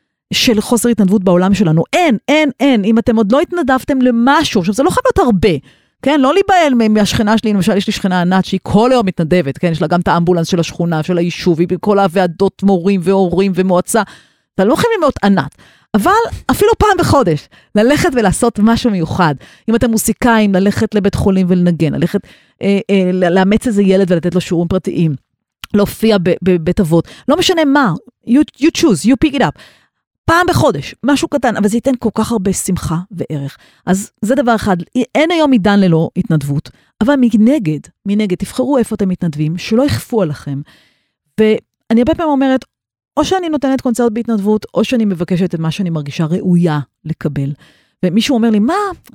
של חוסר התנדבות בעולם שלנו. אין, אין, אין. אם אתם עוד לא התנדבתם למשהו, עכשיו זה לא חייב להיות הרבה, כן? לא להיבהל מהשכנה שלי, למשל יש לי שכנה ענת שהיא כל היום מתנדבת, כן? יש לה גם את האמבולנס של השכונה, של היישוב, היא בכל הוועדות מורים והורים ומועצה. אתה לא חייבים להיות ענת. אבל אפילו פעם בחודש, ללכת ולעשות משהו מיוחד. אם אתם מוסיקאים, ללכת לבית חולים ולנגן, ללכת, אה, אה, לאמץ איזה ילד ולתת לו שיעורים פרטיים, להופיע בבית אבות, לא משנה מה, you, you choose, you pick it up. פעם בחודש, משהו קטן, אבל זה ייתן כל כך הרבה שמחה וערך. אז זה דבר אחד, אין היום עידן ללא התנדבות, אבל מנגד, מנגד, תבחרו איפה אתם מתנדבים, שלא יכפו עליכם. ואני הרבה פעמים אומרת, או שאני נותנת קונצרט בהתנדבות, או שאני מבקשת את מה שאני מרגישה ראויה לקבל. ומישהו אומר לי, מה?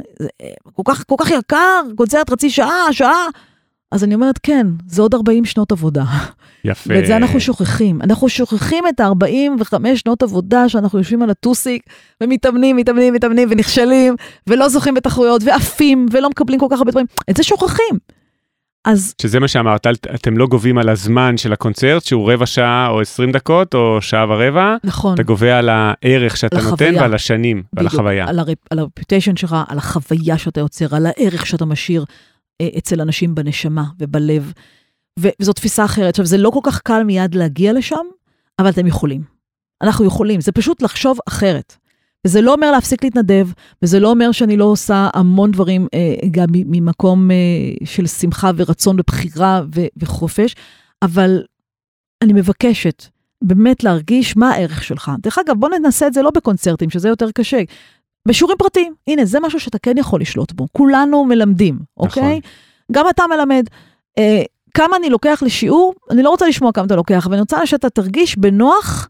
כל כך, כל כך יקר, קונצרט חצי שעה, שעה. אז אני אומרת, כן, זה עוד ארבעים שנות עבודה. יפה. ואת זה אנחנו שוכחים. אנחנו שוכחים את ה-ארבעים וחמש שנות עבודה, שאנחנו יושבים על הטוסיק, ומתאמנים, מתאמנים, מתאמנים, ונכשלים, ולא זוכים בתחרויות, ועפים, ולא מקבלים כל כך הרבה דברים. את זה שוכחים. אז... שזה מה שאמרת, אתם לא גובים על הזמן של הקונצרט, שהוא רבע שעה או עשרים דקות, או שעה ורבע. נכון. אתה גובה על הערך שאתה נותן, ועל השנים, ועל החוויה. על הרפיוטיישן שלך, על החוויה שאתה יוצר, על הערך שאתה משאיר אצל אנשים בנשמה ובלב. וזו תפיסה אחרת. עכשיו, זה לא כל כך קל מיד להגיע לשם, אבל אתם יכולים. אנחנו יכולים. זה פשוט לחשוב אחרת. וזה לא אומר להפסיק להתנדב, וזה לא אומר שאני לא עושה המון דברים, אה, גם ממקום אה, של שמחה ורצון ובחירה ו- וחופש, אבל אני מבקשת באמת להרגיש מה הערך שלך. דרך אגב, בוא ננסה את זה לא בקונצרטים, שזה יותר קשה. בשיעורים פרטיים, הנה, זה משהו שאתה כן יכול לשלוט בו. כולנו מלמדים, אוקיי? נכון. גם אתה מלמד. אה, כמה אני לוקח לשיעור, אני לא רוצה לשמוע כמה אתה לוקח, אבל אני רוצה שאתה תרגיש בנוח,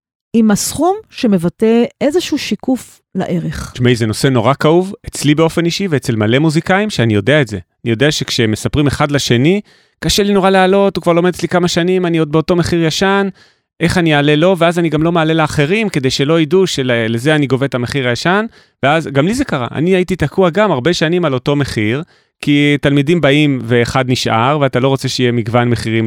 עם הסכום שמבטא איזשהו שיקוף לערך. תשמעי, זה נושא נורא כאוב, אצלי באופן אישי ואצל מלא מוזיקאים, שאני יודע את זה. אני יודע שכשהם מספרים אחד לשני, קשה לי נורא לעלות, הוא כבר לומד אצלי כמה שנים, אני עוד באותו מחיר ישן, איך אני אעלה לו, ואז אני גם לא מעלה לאחרים, כדי שלא ידעו שלזה אני גובה את המחיר הישן, ואז גם לי זה קרה. אני הייתי תקוע גם הרבה שנים על אותו מחיר, כי תלמידים באים ואחד נשאר, ואתה לא רוצה שיהיה מגוון מחירים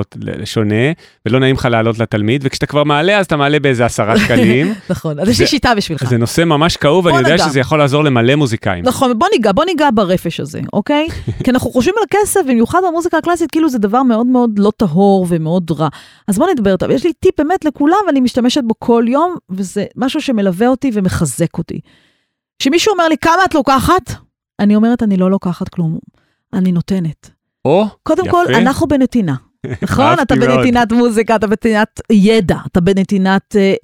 לשונה, ולא נעים לך לעלות לתלמיד, וכשאתה כבר מעלה, אז אתה מעלה באיזה עשרה שקלים. נכון, אז יש לי שיטה בשבילך. זה נושא ממש כאוב, ואני יודע שזה יכול לעזור למלא מוזיקאים. נכון, בוא ניגע, בוא ניגע ברפש הזה, אוקיי? כי אנחנו חושבים על כסף, במיוחד במוזיקה הקלאסית, כאילו זה דבר מאוד מאוד לא טהור ומאוד רע. אז בוא נדבר אותה, יש לי טיפ באמת לכולם, ואני משתמשת בו כל יום, וזה משהו שמלווה אותי ומחזק אותי. שמישהו אומר לי, כמה את לוקחת? אני אומרת, אני לא לוקחת כלום, אני נותנת. או, קודם יפה. כל, אנחנו בנתינה. נכון? אתה בנתינת מוזיקה, אתה בנתינת ידע, אתה בנתינת, אה,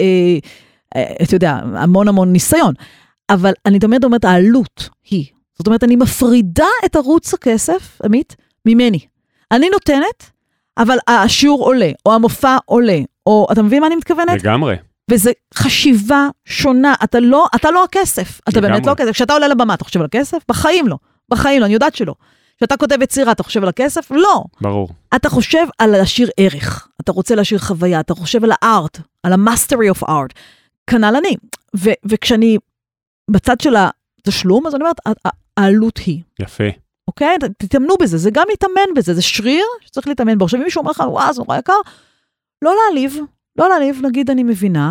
אה, אתה יודע, המון המון ניסיון. אבל אני תמיד אומרת, העלות היא. זאת אומרת, אני מפרידה את ערוץ הכסף, עמית, ממני. אני נותנת, אבל השיעור עולה, או המופע עולה, או, אתה מבין מה אני מתכוונת? לגמרי. וזה חשיבה שונה, אתה לא, אתה לא הכסף, אתה באמת לא הכסף. כשאתה עולה לבמה, אתה חושב על הכסף? בחיים לא, בחיים לא, אני יודעת שלא. כשאתה כותב יצירה, אתה חושב על הכסף? לא. ברור. אתה חושב על להשאיר ערך, אתה רוצה להשאיר חוויה, אתה חושב על הארט, על ה-mastery of art. כנ"ל אני. ו- וכשאני בצד של התשלום, אז אני אומרת, העלות היא. יפה. אוקיי? תתאמנו בזה, זה גם להתאמן בזה, זה שריר שצריך להתאמן בו. עכשיו, אם מישהו אומר לך, וואו, זה נורא יקר, לא להעליב. לא להניב, נגיד אני מבינה,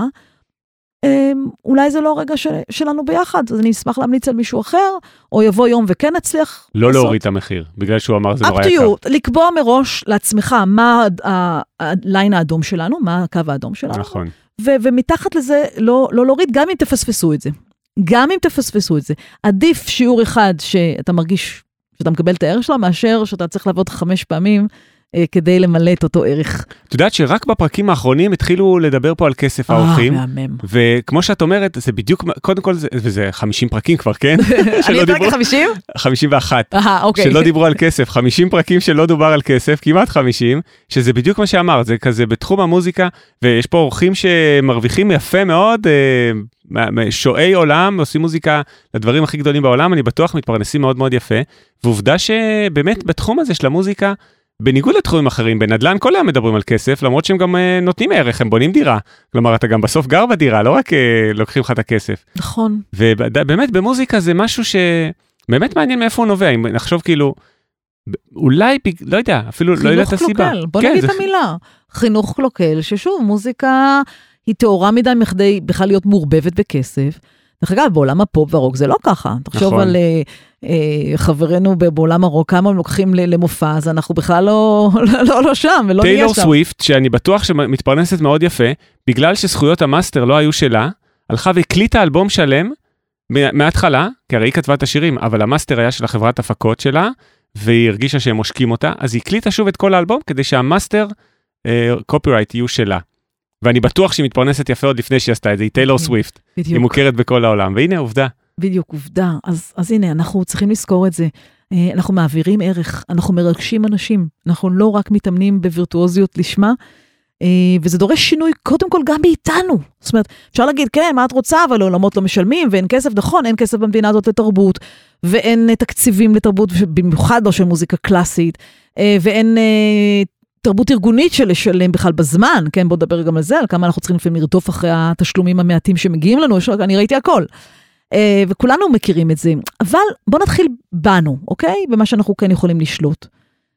אולי זה לא רגע של, שלנו ביחד, אז אני אשמח להמליץ על מישהו אחר, או יבוא יום וכן נצליח. לא לעשות. להוריד את המחיר, בגלל שהוא אמר זה נורא יקר. לקבוע מראש לעצמך מה הליין האדום שלנו, מה הקו האדום שלנו. נכון. ו- ומתחת לזה לא, לא להוריד, גם אם תפספסו את זה. גם אם תפספסו את זה. עדיף שיעור אחד שאתה מרגיש, שאתה מקבל את הערך שלו, מאשר שאתה צריך לעבוד חמש פעמים, כדי למלא את אותו ערך. את יודעת שרק בפרקים האחרונים התחילו לדבר פה על כסף האורחים. אה, מהמם. וכמו שאת אומרת, זה בדיוק, קודם כל, זה, וזה חמישים פרקים כבר, כן? אני את רק חמישים? חמישים ואחת. אה, אוקיי. שלא דיברו על כסף. חמישים פרקים שלא דובר על כסף, כמעט חמישים, שזה בדיוק מה שאמרת, זה כזה בתחום המוזיקה, ויש פה אורחים שמרוויחים יפה מאוד, שועי עולם, עושים מוזיקה לדברים הכי גדולים בעולם, אני בטוח מתפרנסים מאוד מאוד יפה, ועובדה שבאמת בתחום הזה של המוזיקה, בניגוד לתחומים אחרים, בנדל"ן כל היום מדברים על כסף, למרות שהם גם uh, נותנים ערך, הם בונים דירה. כלומר, אתה גם בסוף גר בדירה, לא רק uh, לוקחים לך את הכסף. נכון. ובאמת במוזיקה זה משהו שבאמת מעניין מאיפה הוא נובע, אם נחשוב כאילו, אולי, לא יודע, אפילו לא יודע את הסיבה. חינוך קלוקל, בוא כן, נגיד זה... את המילה. חינוך קלוקל, ששוב, מוזיקה היא תאורה מדי מכדי בכלל להיות מעורבבת בכסף. דרך אגב, בעולם הפופ והרוק זה לא ככה. תחשוב על חברינו בעולם הרוק, כמה הם לוקחים למופע, אז אנחנו בכלל לא שם, ולא נהיה שם. טיילור סוויפט, שאני בטוח שמתפרנסת מאוד יפה, בגלל שזכויות המאסטר לא היו שלה, הלכה והקליטה אלבום שלם מההתחלה, כי הרי היא כתבה את השירים, אבל המאסטר היה של החברת הפקות שלה, והיא הרגישה שהם מושקים אותה, אז היא הקליטה שוב את כל האלבום, כדי שהמאסטר קופירייט יהיו שלה. ואני בטוח שהיא מתפרנסת יפה עוד לפני שהיא עשתה את זה, היא טיילור סוויפט. היא מוכרת בכל העולם, והנה עובדה. בדיוק, עובדה. אז, אז הנה, אנחנו צריכים לזכור את זה. אנחנו מעבירים ערך, אנחנו מרגשים אנשים, אנחנו לא רק מתאמנים בווירטואוזיות לשמה, וזה דורש שינוי קודם כל גם מאיתנו. זאת אומרת, אפשר להגיד, כן, מה את רוצה, אבל העולמות לא משלמים, ואין כסף, נכון, אין כסף במדינה הזאת לתרבות, ואין תקציבים לתרבות, במיוחד לא של מוזיקה קלאסית, ואין תרבות ארגונית של לשלם בכלל בזמן, כן, בוא נדבר גם על זה, על כמה אנחנו צריכים לפעמים לרדוף אחרי התשלומים המעטים שמגיעים לנו, אני ראיתי הכל. וכולנו מכירים את זה, אבל בוא נתחיל בנו, אוקיי? במה שאנחנו כן יכולים לשלוט.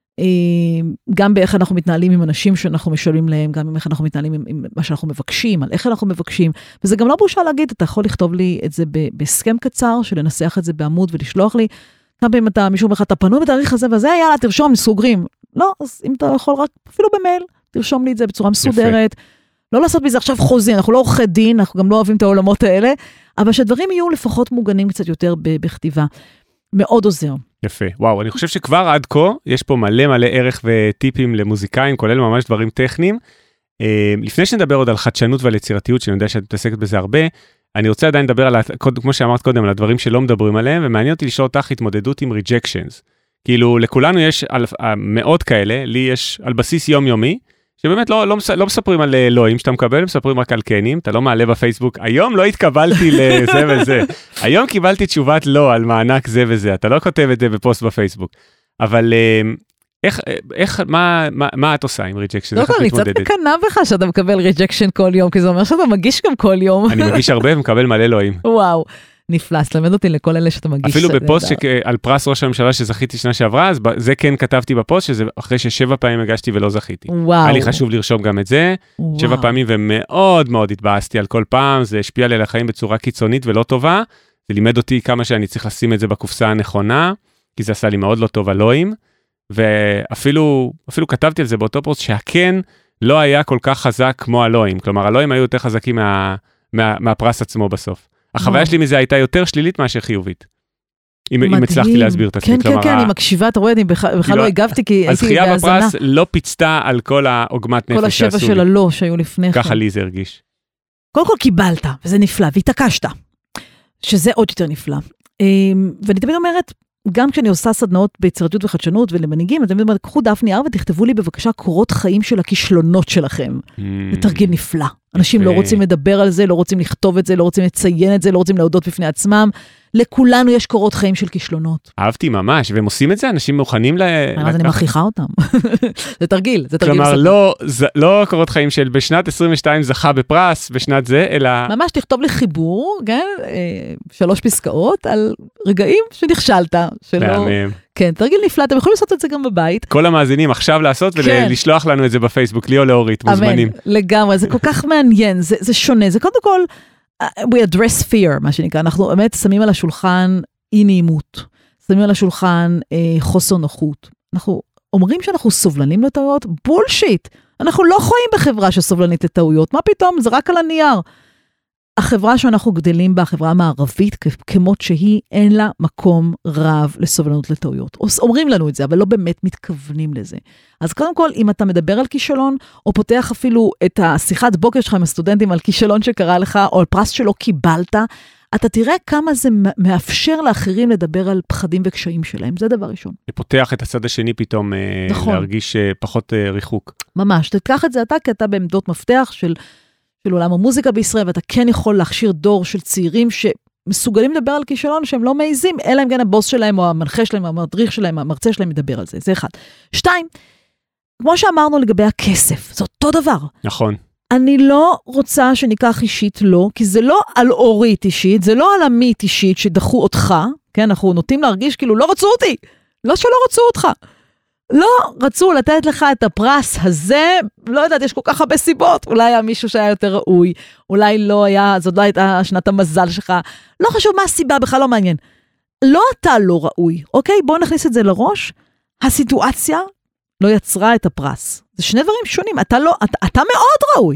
גם באיך אנחנו מתנהלים עם אנשים שאנחנו משלמים להם, גם עם איך אנחנו מתנהלים עם, עם מה שאנחנו מבקשים, על איך אנחנו מבקשים, וזה גם לא בושה להגיד, אתה יכול לכתוב לי את זה בהסכם קצר, שלנסח את זה בעמוד ולשלוח לי, כמה פעמים אתה, מישהו אומר לך, אתה פנוי בתאריך הזה וזה, יאללה, תרשום, סוגרים. לא, אז אם אתה יכול רק, אפילו במייל, תרשום לי את זה בצורה מסודרת, יפה. לא לעשות בזה עכשיו חוזי, אנחנו לא עורכי דין, אנחנו גם לא אוהבים את העולמות האלה, אבל שהדברים יהיו לפחות מוגנים קצת יותר בכתיבה. מאוד עוזר. יפה, וואו, אני חושב שכבר עד כה, יש פה מלא מלא ערך וטיפים למוזיקאים, כולל ממש דברים טכניים. לפני שנדבר עוד על חדשנות ועל יצירתיות, שאני יודע שאת מתעסקת בזה הרבה, אני רוצה עדיין לדבר על, כמו שאמרת קודם, על הדברים שלא מדברים עליהם, ומעניין אותי לשאול אותך התמודדות עם rejections. כאילו, לכולנו יש מאות כאלה, לי יש על בסיס יומיומי, שבאמת לא, לא, לא מספרים על אלוהים שאתה מקבל, מספרים רק על קנים, אתה לא מעלה בפייסבוק, היום לא התקבלתי לזה וזה, היום קיבלתי תשובת לא על מענק זה וזה, אתה לא כותב את זה בפוסט בפייסבוק, אבל איך, איך, מה, מה, מה את עושה עם ריג'קשן? לא, אני קצת מקנה בך שאתה מקבל ריג'קשן כל יום, כי זה אומר שאתה מגיש גם כל יום. אני מגיש הרבה ומקבל מלא אלוהים. וואו. נפלא, תלמד אותי לכל אלה שאתה מגיש. אפילו בפוסט על פרס ראש הממשלה שזכיתי שנה שעברה, אז זה כן כתבתי בפוסט, שזה אחרי ששבע פעמים הגשתי ולא זכיתי. וואו. היה לי חשוב לרשום גם את זה, וואו. שבע פעמים ומאוד מאוד התבאסתי על כל פעם, זה השפיע לי על החיים בצורה קיצונית ולא טובה, זה לימד אותי כמה שאני צריך לשים את זה בקופסה הנכונה, כי זה עשה לי מאוד לא טוב אלוהים, ואפילו אפילו כתבתי על זה באותו פוסט, שהכן לא היה כל כך חזק כמו אלוהים, כלומר אלוהים היו יותר חזקים מה, מה, מהפרס עצמו בסוף. החוויה שלי מזה הייתה יותר שלילית מאשר חיובית. אם הצלחתי להסביר את עצמי. כן, כן, כן, אני מקשיבה, אתה רואה, אני בכלל לא הגבתי, כי הייתי בהזנה. הזכייה בפרס לא פיצתה על כל העוגמת נפש שעשו לי. כל השבע של הלא שהיו לפני כן. ככה לי זה הרגיש. קודם כל קיבלת, וזה נפלא, והתעקשת, שזה עוד יותר נפלא. ואני תמיד אומרת, גם כשאני עושה סדנאות ביצירתיות וחדשנות ולמנהיגים, אני תמיד אומרת, קחו דף נייר ותכתבו לי בבקשה קורות חיים של הכישלונות שלכם. זה תרגיל נפלא. אנשים לא רוצים לדבר על זה, לא רוצים לכתוב את זה, לא רוצים לציין את זה, לא רוצים להודות בפני עצמם. לכולנו יש קורות חיים של כישלונות. אהבתי ממש, והם עושים את זה, אנשים מוכנים ל... אז אני מכריחה אותם. זה תרגיל, זה תרגיל. כלומר, לא קורות חיים של בשנת עשרים ושתיים זכה בפרס, בשנת זה, אלא... ממש תכתוב לי חיבור, כן? שלוש פסקאות על רגעים שנכשלת, שלא... כן, תרגיל נפלא, אתם יכולים לעשות את זה גם בבית. כל המאזינים עכשיו לעשות ולשלוח לנו את זה בפייסבוק, לי או לאורית, מוזמנים. אמן, לגמרי, זה כל כך מעניין, זה שונה, זה קודם כל, we address fear, מה שנקרא, אנחנו באמת שמים על השולחן אי נעימות, שמים על השולחן חוסר נוחות. אנחנו אומרים שאנחנו סובלנים לטעויות, בולשיט, אנחנו לא חיים בחברה שסובלנית לטעויות, מה פתאום, זה רק על הנייר. החברה שאנחנו גדלים בה, החברה המערבית, כמות שהיא, אין לה מקום רב לסובלנות לטעויות. אומרים לנו את זה, אבל לא באמת מתכוונים לזה. אז קודם כל, אם אתה מדבר על כישלון, או פותח אפילו את השיחת בוקר שלך עם הסטודנטים על כישלון שקרה לך, או על פרס שלא קיבלת, אתה תראה כמה זה מאפשר לאחרים לדבר על פחדים וקשיים שלהם. זה דבר ראשון. לפותח את הצד השני פתאום, נכון. להרגיש פחות ריחוק. ממש, תתקח את זה אתה, כי אתה בעמדות מפתח של... של עולם המוזיקה בישראל, ואתה כן יכול להכשיר דור של צעירים שמסוגלים לדבר על כישלון שהם לא מעיזים, אלא אם כן הבוס שלהם, או המנחה שלהם, או המדריך שלהם, המרצה שלהם מדבר על זה. זה אחד. שתיים, כמו שאמרנו לגבי הכסף, זה אותו דבר. נכון. אני לא רוצה שניקח אישית לא, כי זה לא על אורית אישית, זה לא על עמית אישית שדחו אותך, כן, אנחנו נוטים להרגיש כאילו לא רצו אותי, לא שלא רצו אותך. לא רצו לתת לך את הפרס הזה, לא יודעת, יש כל כך הרבה סיבות, אולי היה מישהו שהיה יותר ראוי, אולי לא היה, זאת לא הייתה שנת המזל שלך, לא חשוב מה הסיבה, בכלל לא מעניין. לא אתה לא ראוי, אוקיי? בואו נכניס את זה לראש, הסיטואציה לא יצרה את הפרס. זה שני דברים שונים, אתה לא, אתה, אתה מאוד ראוי,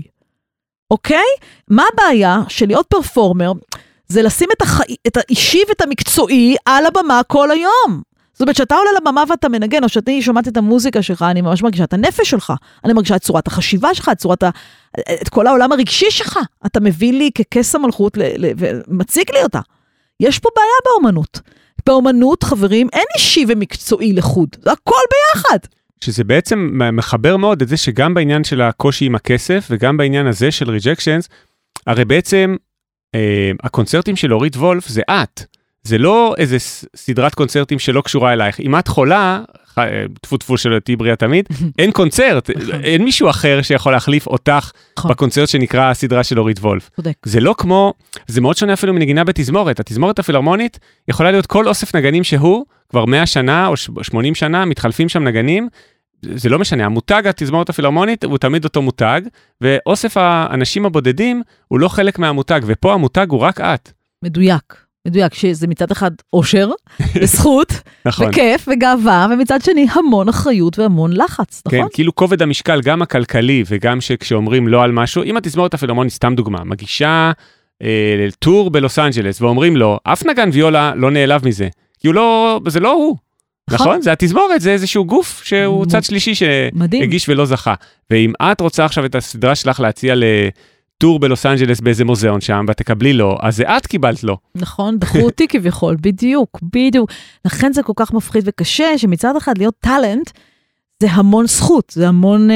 אוקיי? מה הבעיה של להיות פרפורמר, זה לשים את, הח... את האישי ואת המקצועי על הבמה כל היום. זאת אומרת, שאתה עולה לבמה ואתה מנגן, או שאני שומעת את המוזיקה שלך, אני ממש מרגישה את הנפש שלך, אני מרגישה את צורת החשיבה שלך, את צורת ה... את כל העולם הרגשי שלך, אתה מביא לי ככס המלכות, ל... ל... ומציג לי אותה. יש פה בעיה באומנות. באומנות, חברים, אין אישי ומקצועי לחוד, זה הכל ביחד. שזה בעצם מחבר מאוד את זה שגם בעניין של הקושי עם הכסף, וגם בעניין הזה של ריג'קשנס, הרי בעצם אה, הקונצרטים של אורית וולף זה את. זה לא איזה סדרת קונצרטים שלא קשורה אלייך. אם את חולה, טפו טפו של אותי בריאה תמיד, אין קונצרט, אין מישהו אחר שיכול להחליף אותך בקונצרט שנקרא הסדרה של אורית וולף. זה לא כמו, זה מאוד שונה אפילו מנגינה בתזמורת. התזמורת הפילהרמונית יכולה להיות כל אוסף נגנים שהוא, כבר מאה שנה או שמונים שנה, מתחלפים שם נגנים, זה לא משנה, המותג התזמורת הפילהרמונית הוא תמיד אותו מותג, ואוסף האנשים הבודדים הוא לא חלק מהמותג, ופה המותג הוא רק את. מדויק. מדויק, שזה מצד אחד אושר, וזכות, נכון. וכיף, וגאווה, ומצד שני המון אחריות והמון לחץ, נכון? כן, כאילו כובד המשקל, גם הכלכלי, וגם שכשאומרים לא על משהו, אם התזמורת הפילהרמונית, סתם דוגמה, מגישה אה, טור בלוס אנג'לס, ואומרים לו, אף נגן ויולה לא נעלב מזה, כי הוא לא, זה לא הוא, נכון? נכון? זה התזמורת, זה איזשהו גוף שהוא צד שלישי שהגיש ולא זכה. ואם את רוצה עכשיו את הסדרה שלך להציע ל... טור בלוס אנג'לס באיזה מוזיאון שם, ואת תקבלי לו, אז זה את קיבלת לו. נכון, דחו אותי כביכול, בדיוק, בדיוק. לכן זה כל כך מפחיד וקשה, שמצד אחד להיות טלנט, זה המון זכות, זה המון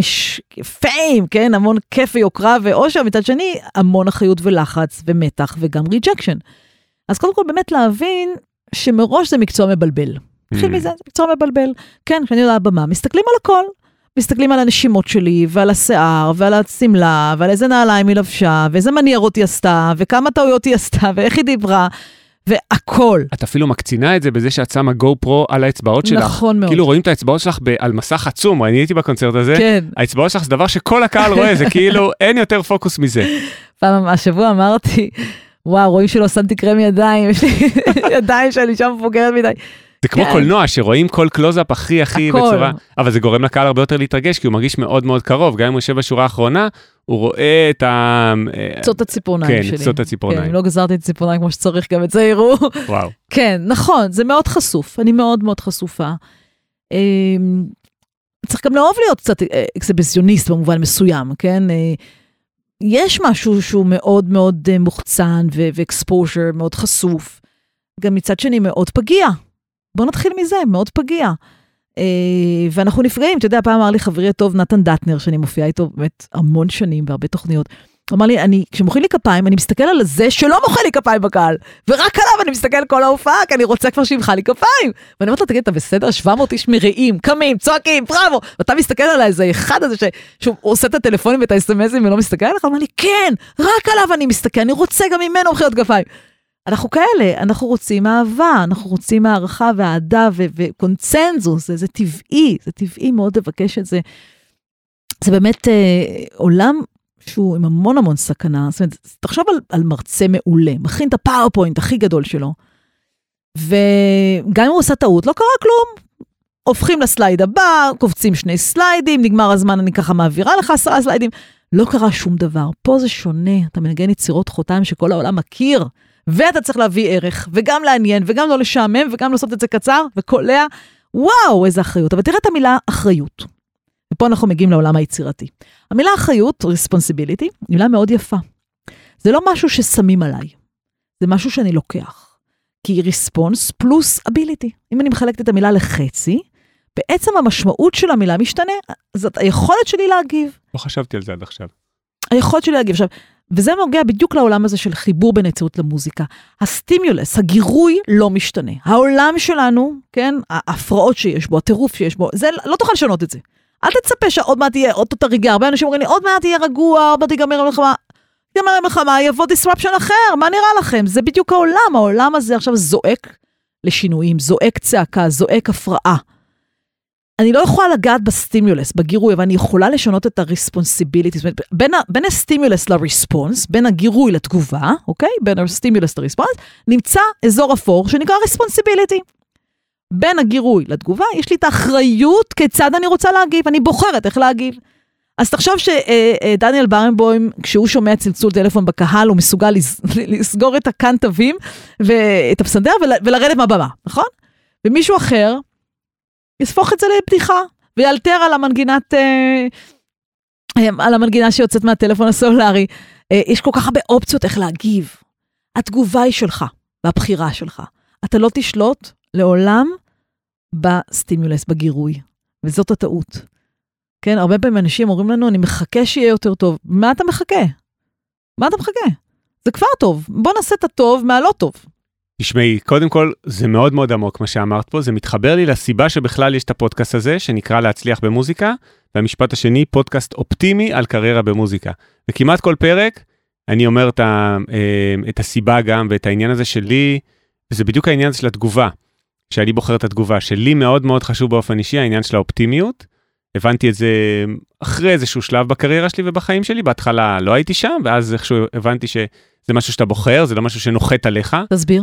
פיים, uh, כן? המון כיף ויוקרה ואושר, מצד שני, המון אחריות ולחץ ומתח, וגם ריג'קשן. אז קודם כל באמת להבין, שמראש זה מקצוע מבלבל. התחיל מזה, זה מקצוע מבלבל. כן, כשאני יודעת במה, מסתכלים על הכל. מסתכלים על הנשימות שלי, ועל השיער, ועל הסמלה, ועל איזה נעליים היא לבשה, ואיזה מניירות היא עשתה, וכמה טעויות היא עשתה, ואיך היא דיברה, והכל. את אפילו מקצינה את זה בזה שאת שמה גו פרו על האצבעות שלך. נכון מאוד. כאילו רואים את האצבעות שלך על מסך עצום, אני הייתי בקונצרט הזה, כן. האצבעות שלך זה דבר שכל הקהל רואה, זה כאילו אין יותר פוקוס מזה. פעם השבוע אמרתי, וואו, רואים שלא שמתי קרם ידיים, יש לי ידיים שאני שם מפוגרת מדי. זה כמו קולנוע, שרואים כל קלוזאפ הכי הכי בצורה, אבל זה גורם לקהל הרבה יותר להתרגש, כי הוא מרגיש מאוד מאוד קרוב, גם אם הוא יושב בשורה האחרונה, הוא רואה את ה... קצות הציפורניים שלי. כן, קצות הציפורניים. כן, אם לא גזרתי את הציפורניים כמו שצריך, גם את זה יראו. וואו. כן, נכון, זה מאוד חשוף, אני מאוד מאוד חשופה. צריך גם לאהוב להיות קצת אקסביציוניסט במובן מסוים, כן? יש משהו שהוא מאוד מאוד מוחצן ואקספוז'ר, מאוד חשוף, גם מצד שני מאוד פגיע. בוא נתחיל מזה, מאוד פגיע. אה, ואנחנו נפגעים, אתה יודע, פעם אמר לי חברי הטוב נתן דטנר, שאני מופיעה איתו באמת המון שנים והרבה תוכניות. הוא אמר לי, אני, כשמוחאים לי כפיים, אני מסתכל על זה שלא מוחא לי כפיים בקהל, ורק עליו אני מסתכל כל ההופעה, כי אני רוצה כבר שימחא לי כפיים. ואני אומרת לו, תגיד, אתה בסדר? שבע מאות איש מראים, קמים, צועקים, בראבו. ואתה מסתכל על איזה אחד הזה, ש... שהוא עושה את הטלפונים ואת האס-אם-אסים ולא מסתכל עליך, הוא אמר לי, כן, רק עליו אני מסתכל, אני רוצה גם ממנו מחיאות כפיים. אנחנו כאלה, אנחנו רוצים אהבה, אנחנו רוצים הערכה והאהדה ו- וקונצנזוס, זה, זה טבעי, זה טבעי מאוד לבקש את זה. זה באמת אה, עולם שהוא עם המון המון סכנה, זאת אומרת, תחשוב על, על מרצה מעולה, מכין את הפאורפוינט הכי גדול שלו, וגם אם הוא עושה טעות, לא קרה כלום, הופכים לסלייד הבא, קופצים שני סליידים, נגמר הזמן, אני ככה מעבירה לך עשרה סליידים, לא קרה שום דבר, פה זה שונה, אתה מנגן יצירות חותם שכל העולם מכיר, ואתה צריך להביא ערך, וגם לעניין, וגם לא לשעמם, וגם לעשות את זה קצר, וקולע, וואו, איזה אחריות. אבל תראה את המילה אחריות. ופה אנחנו מגיעים לעולם היצירתי. המילה אחריות, responsibility, היא מילה מאוד יפה. זה לא משהו ששמים עליי. זה משהו שאני לוקח. כי response פלוס ability. אם אני מחלקת את המילה לחצי, בעצם המשמעות של המילה משתנה. זאת היכולת שלי להגיב. לא חשבתי על זה עד עכשיו. היכולת שלי להגיב. עכשיו, וזה מגיע בדיוק לעולם הזה של חיבור בין יצירות למוזיקה. הסטימולס, הגירוי לא משתנה. העולם שלנו, כן, ההפרעות שיש בו, הטירוף שיש בו, זה לא תוכל לשנות את זה. אל תצפה שעוד מעט תהיה, עוד תריגע. הרבה אנשים אומרים לי, עוד מעט תהיה רגוע, עוד מעט תיגמר המלחמה. תיגמר המלחמה, יבוא disruption אחר, מה נראה לכם? זה בדיוק העולם. העולם הזה עכשיו זועק לשינויים, זועק צעקה, זועק הפרעה. אני לא יכולה לגעת בסטימולס, בגירוי, אבל אני יכולה לשנות את הרספונסיביליטי, זאת אומרת, בין, בין הסטימולס לרספונס, בין הגירוי לתגובה, אוקיי? בין הסטימולס לרספונס, נמצא אזור אפור שנקרא רספונסיביליטי. בין הגירוי לתגובה, יש לי את האחריות כיצד אני רוצה להגיב, אני בוחרת איך להגיב. אז תחשוב שדניאל ברנבוים, כשהוא שומע צלצול טלפון בקהל, הוא מסוגל לסגור את הקן תווים, ואת הפסנדר, ולרדת מהבמה, נכון? ומישהו אחר, יספוך את זה לבדיחה, וילתר על המנגינת, אה, על המנגינה שיוצאת מהטלפון הסלולרי. אה, יש כל כך הרבה אופציות איך להגיב. התגובה היא שלך, והבחירה שלך. אתה לא תשלוט לעולם בסטימולס, בגירוי. וזאת הטעות. כן, הרבה פעמים אנשים אומרים לנו, אני מחכה שיהיה יותר טוב. מה אתה מחכה? מה אתה מחכה? זה כבר טוב. בוא נעשה את הטוב מהלא טוב. תשמעי, קודם כל, זה מאוד מאוד עמוק מה שאמרת פה, זה מתחבר לי לסיבה שבכלל יש את הפודקאסט הזה, שנקרא להצליח במוזיקה, והמשפט השני, פודקאסט אופטימי על קריירה במוזיקה. וכמעט כל פרק, אני אומר את, ה, את הסיבה גם, ואת העניין הזה שלי, וזה בדיוק העניין הזה של התגובה, שאני בוחר את התגובה, שלי מאוד מאוד חשוב באופן אישי, העניין של האופטימיות, הבנתי את זה אחרי איזשהו שלב בקריירה שלי ובחיים שלי, בהתחלה לא הייתי שם, ואז איכשהו הבנתי שזה משהו שאתה בוחר, זה לא משהו שנוחת עליך. תסביר.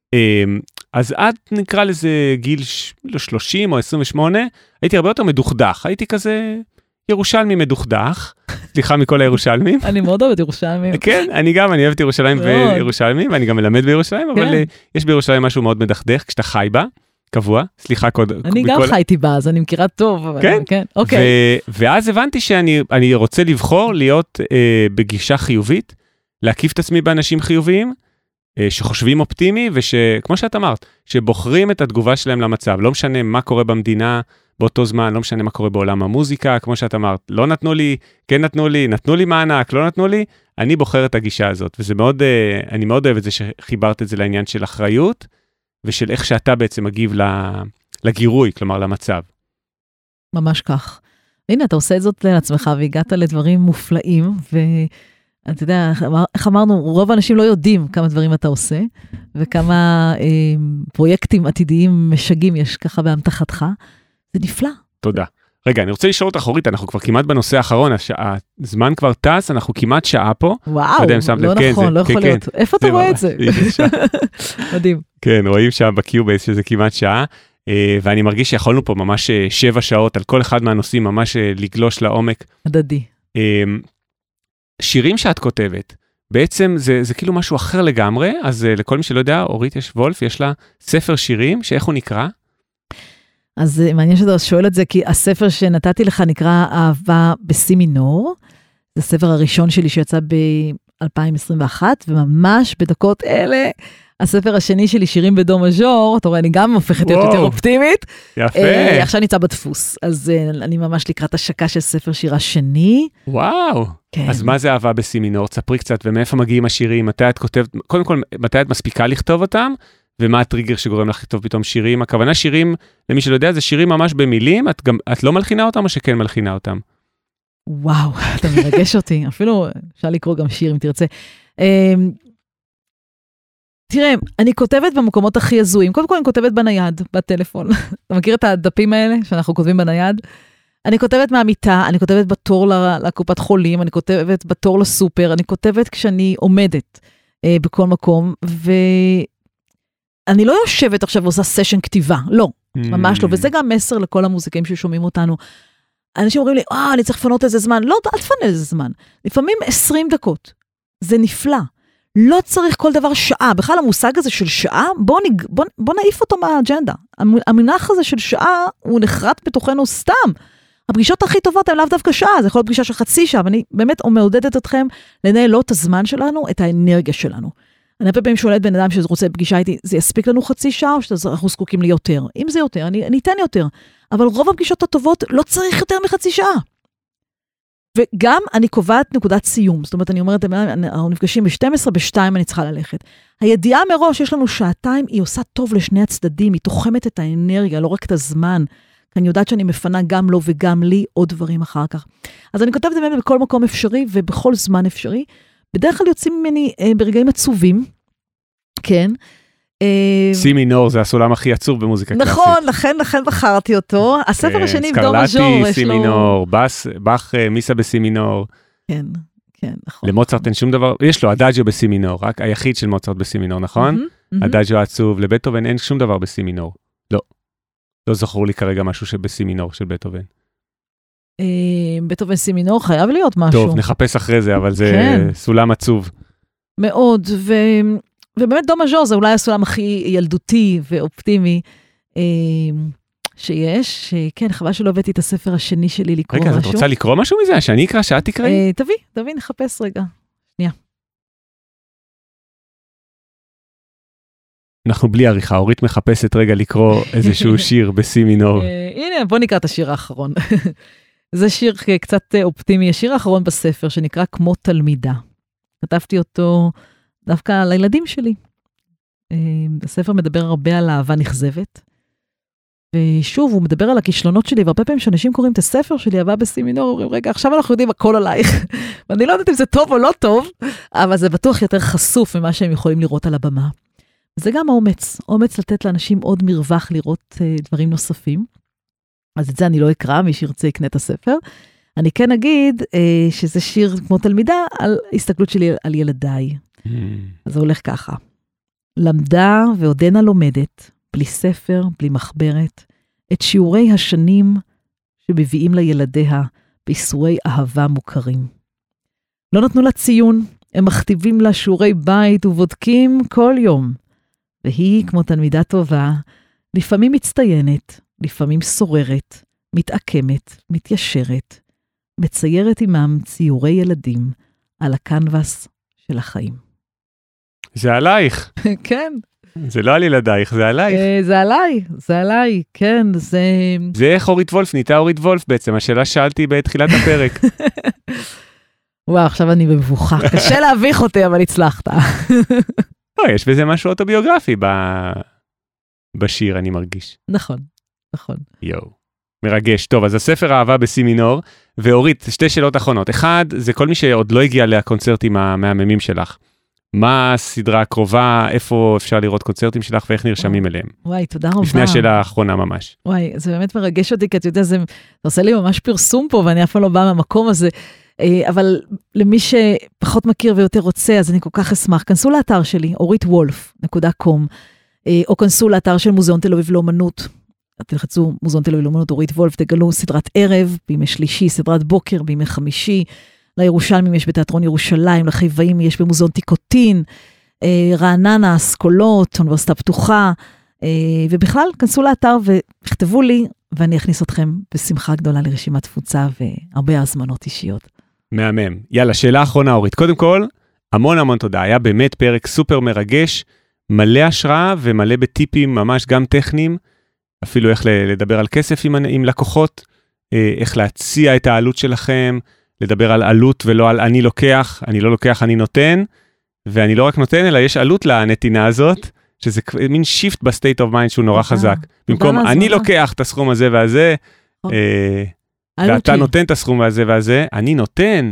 אז עד נקרא לזה גיל שלושים או עשרים ושמונה, הייתי הרבה יותר מדוכדך, הייתי כזה ירושלמי מדוכדך, סליחה מכל הירושלמים. אני מאוד אוהבת ירושלמים. כן, אני גם, אני אוהבת ירושלים וירושלמים, ואני גם מלמד בירושלים, אבל יש בירושלים משהו מאוד מדכדך, כשאתה חי בה, קבוע, סליחה קודם. אני גם חייתי בה, אז אני מכירה טוב. כן, ואז הבנתי שאני רוצה לבחור להיות בגישה חיובית, להקיף את עצמי באנשים חיוביים, שחושבים אופטימי, ושכמו שאת אמרת, שבוחרים את התגובה שלהם למצב, לא משנה מה קורה במדינה באותו זמן, לא משנה מה קורה בעולם המוזיקה, כמו שאת אמרת, לא נתנו לי, כן נתנו לי, נתנו לי מענק, לא נתנו לי, אני בוחר את הגישה הזאת, וזה מאוד, אני מאוד אוהב את זה שחיברת את זה לעניין של אחריות, ושל איך שאתה בעצם מגיב לגירוי, כלומר למצב. ממש כך. הנה, אתה עושה את זאת לעצמך, והגעת לדברים מופלאים, ו... אתה יודע, איך אמרנו, רוב האנשים לא יודעים כמה דברים אתה עושה, וכמה אה, פרויקטים עתידיים משגעים יש ככה באמתחתך. זה נפלא. תודה. רגע, אני רוצה לשאול אותך, אורית, אנחנו כבר כמעט בנושא האחרון, הזמן כבר טס, אנחנו כמעט שעה פה. וואו, לא נכון, לא יכול להיות. איפה אתה רואה את זה? מדהים. כן, רואים שם בקיובייס שזה כמעט שעה, ואני מרגיש שיכולנו פה ממש שבע שעות, על כל אחד מהנושאים, ממש לגלוש לעומק. הדדי. שירים שאת כותבת, בעצם זה, זה כאילו משהו אחר לגמרי, אז לכל מי שלא יודע, אורית יש וולף, יש לה ספר שירים, שאיך הוא נקרא? אז מעניין שאתה שואל את זה, כי הספר שנתתי לך נקרא אהבה בסי מינור, זה הספר הראשון שלי שיצא ב-אלפיים עשרים ואחת, וממש בדקות אלה, הספר השני שלי, שירים בדו מז'ור, אתה רואה, אני גם הופכת להיות יותר אופטימית. יפה. אה, עכשיו נמצא בדפוס, אז אה, אני ממש לקראת השקה של ספר שירה שני. וואו. כן. אז מה זה אהבה בסי מינור? תספרי קצת, ומאיפה מגיעים השירים? מתי את כותבת, קודם כל, מתי את מספיקה לכתוב אותם? ומה הטריגר שגורם לך לכתוב פתאום שירים? הכוונה שירים, למי שלא יודע, זה שירים ממש במילים, את גם, את לא מלחינה אותם או שכן מלחינה אותם? וואו, אתה מרגש אותי. אפילו אפשר לקרוא גם שיר אם תרצה. תראה, אני כותבת במקומות הכי הזויים. קודם כל אני כותבת בנייד, בטלפון. אתה מכיר את הדפים האלה שאנחנו כותבים בנייד? אני כותבת מהמיטה, אני כותבת בתור לקופת חולים, אני כותבת בתור לסופר, אני כותבת כשאני עומדת אה, בכל מקום, ואני לא יושבת עכשיו ועושה סשן כתיבה, לא, ממש לא, וזה גם מסר לכל המוזיקים ששומעים אותנו. אנשים אומרים לי, אה, אני צריך לפנות איזה זמן, לא, אל תפנה איזה זמן, לפעמים עשרים דקות, זה נפלא. לא צריך כל דבר שעה, בכלל המושג הזה של שעה, בוא, נג... בוא, בוא נעיף אותו מהאג'נדה. המונח הזה של שעה הוא נחרט בתוכנו סתם. הפגישות הכי טובות הן לאו דווקא שעה, זה יכול להיות פגישה של חצי שעה, ואני באמת מעודדת אתכם לנהל לא את הזמן שלנו, את האנרגיה שלנו. אני הרבה פעמים שואלת בן אדם שרוצה פגישה איתי, זה יספיק לנו חצי שעה או שאנחנו זקוקים לי יותר? אם זה יותר, אני, אני אתן יותר. אבל רוב הפגישות הטובות לא צריך יותר מחצי שעה. וגם אני קובעת נקודת סיום, זאת אומרת, אני אומרת, אנחנו נפגשים ב-שתים עשרה, ב-שתיים אני צריכה ללכת. הידיעה מראש, יש לנו שעתיים, היא עושה טוב לשני הצדדים, היא תוחמת את האנרגיה, לא רק את הזמן, כי אני יודעת שאני מפנה גם לו וגם לי עוד דברים אחר כך. אז אני כותבת באמת בכל מקום אפשרי, ובכל זמן אפשרי. בדרך כלל יוצאים ממני אה, ברגעים עצובים, כן. סי מינור זה הסולם הכי עצוב במוזיקה קלאסית. נכון, לכן, לכן בחרתי אותו. הספר השני, דו מז'ור, יש לו... סקרלטי, סי מינור, באך, מיסה בסי מינור. כן, כן, נכון. למוצרט אין שום דבר, יש לו אדאג'ו בסי מינור, רק היחיד של מוצרט בסי מינור, נכון? אדאג'ו עצוב, לבטהובן אין שום דבר בסי מינור. לא. לא זכור לי כרגע משהו שבסי מינור של בטהובן. בטהובן סי מינור חייב להיות משהו. טוב, נחפש אחרי זה, אבל זה סולם עצוב. מאוד, ו... ובאמת דו מז'ור זה אולי הסולם הכי ילדותי ואופטימי אה, שיש. שכן, חבל שלא הבאתי את הספר השני שלי לקרוא רגע, משהו. רגע, את רוצה לקרוא משהו מזה? שאני אקרא, שאת תקראי? אה, תביא, תביא, נחפש רגע. שנייה. אנחנו בלי עריכה, אורית מחפשת רגע לקרוא איזשהו שיר בסי מינור. הנה, בוא נקרא את השיר האחרון. זה שיר קצת אופטימי, השיר האחרון בספר, שנקרא כמו תלמידה. כתבתי אותו דווקא לילדים שלי. הספר מדבר הרבה על אהבה נכזבת. ושוב, הוא מדבר על הכישלונות שלי, והרבה פעמים שאנשים קוראים את הספר שלי, אהבה בסי מינור, אומרים, רגע, עכשיו אנחנו יודעים הכל עלייך. ואני לא יודעת אם זה טוב או לא טוב, אבל זה בטוח יותר חשוף ממה שהם יכולים לראות על הבמה. זה גם האומץ, אומץ לתת לאנשים עוד מרווח לראות uh, דברים נוספים. אז את זה אני לא אקרא, מי שירצה יקנה את הספר. אני כן אגיד uh, שזה שיר כמו תלמידה על הסתכלות שלי על ילדיי. Mm. אז זה הולך ככה. למדה ועודנה לומדת, בלי ספר, בלי מחברת, את שיעורי השנים שמביאים לילדיה באיסורי אהבה מוכרים. לא נתנו לה ציון, הם מכתיבים לה שיעורי בית ובודקים כל יום. והיא, כמו תלמידה טובה, לפעמים מצטיינת, לפעמים סוררת, מתעקמת, מתיישרת, מציירת עמם ציורי ילדים על הקנבס של החיים. זה עלייך. כן. זה לא על ילדייך, זה עלייך. זה עליי, זה עליי, כן, זה... זה איך אורית וולף, נהייתה אורית וולף בעצם, השאלה שאלתי בתחילת הפרק. וואו, עכשיו אני מבוכה. קשה להביך אותי, אבל הצלחת. לא, יש בזה משהו אוטוביוגרפי ב... בשיר, אני מרגיש. נכון, נכון. יואו, מרגש. טוב, אז הספר אהבה בסי מינור, ואורית, שתי שאלות אחרונות. אחד, זה כל מי שעוד לא הגיע לקונצרטים המהממים שלך. מה הסדרה הקרובה, איפה אפשר לראות קונצרטים שלך, ואיך נרשמים אליהם? וואי, תודה רבה. לפני השאלה האחרונה ממש. וואי, זה באמת מרגש אותי, כי אתה יודע, זה עושה לי ממש פרסום פה, ואני אף פעם לא באה מהמקום הזה. אבל למי שפחות מכיר ויותר רוצה, אז אני כל כך אשמח. כנסו לאתר שלי, אורית וולף נקודה קום, או כנסו לאתר של מוזיאון תל אביב לאומנות. תלחצו מוזיאון תל אביב לאומנות, אורית וולף, תגלו סדרת ערב, בימי שלישי, סדרת בוקר, בימי חמישי. לירושלמים יש בתיאטרון ירושלים, לחיוואים יש במוזיאון טיקוטין, רעננה, אסכולות, אוניברסיטה פתוחה, ובכלל, כנסו לאתר וכתבו לי, ואני אכניס אתכם בשמחה גדולה לרשימת תפוצה והרבה הזמנות אישיות. מהמם. יאללה, שאלה אחרונה, אורית. קודם כל, המון המון תודה. היה באמת פרק סופר מרגש, מלא השראה ומלא בטיפים ממש גם טכניים, אפילו איך לדבר על כסף עם, עם לקוחות, איך להציע את העלות שלכם, לדבר על עלות ולא על אני לוקח, אני לא לוקח, אני נותן, ואני לא רק נותן, אלא יש עלות לנתינה הזאת, שזה מין שיפט בסטייט אוף מיינד שהוא נורא חזק. במקום אני לוקח את הסכום הזה והזה, ואתה נותן את הסכום הזה והזה, אני נותן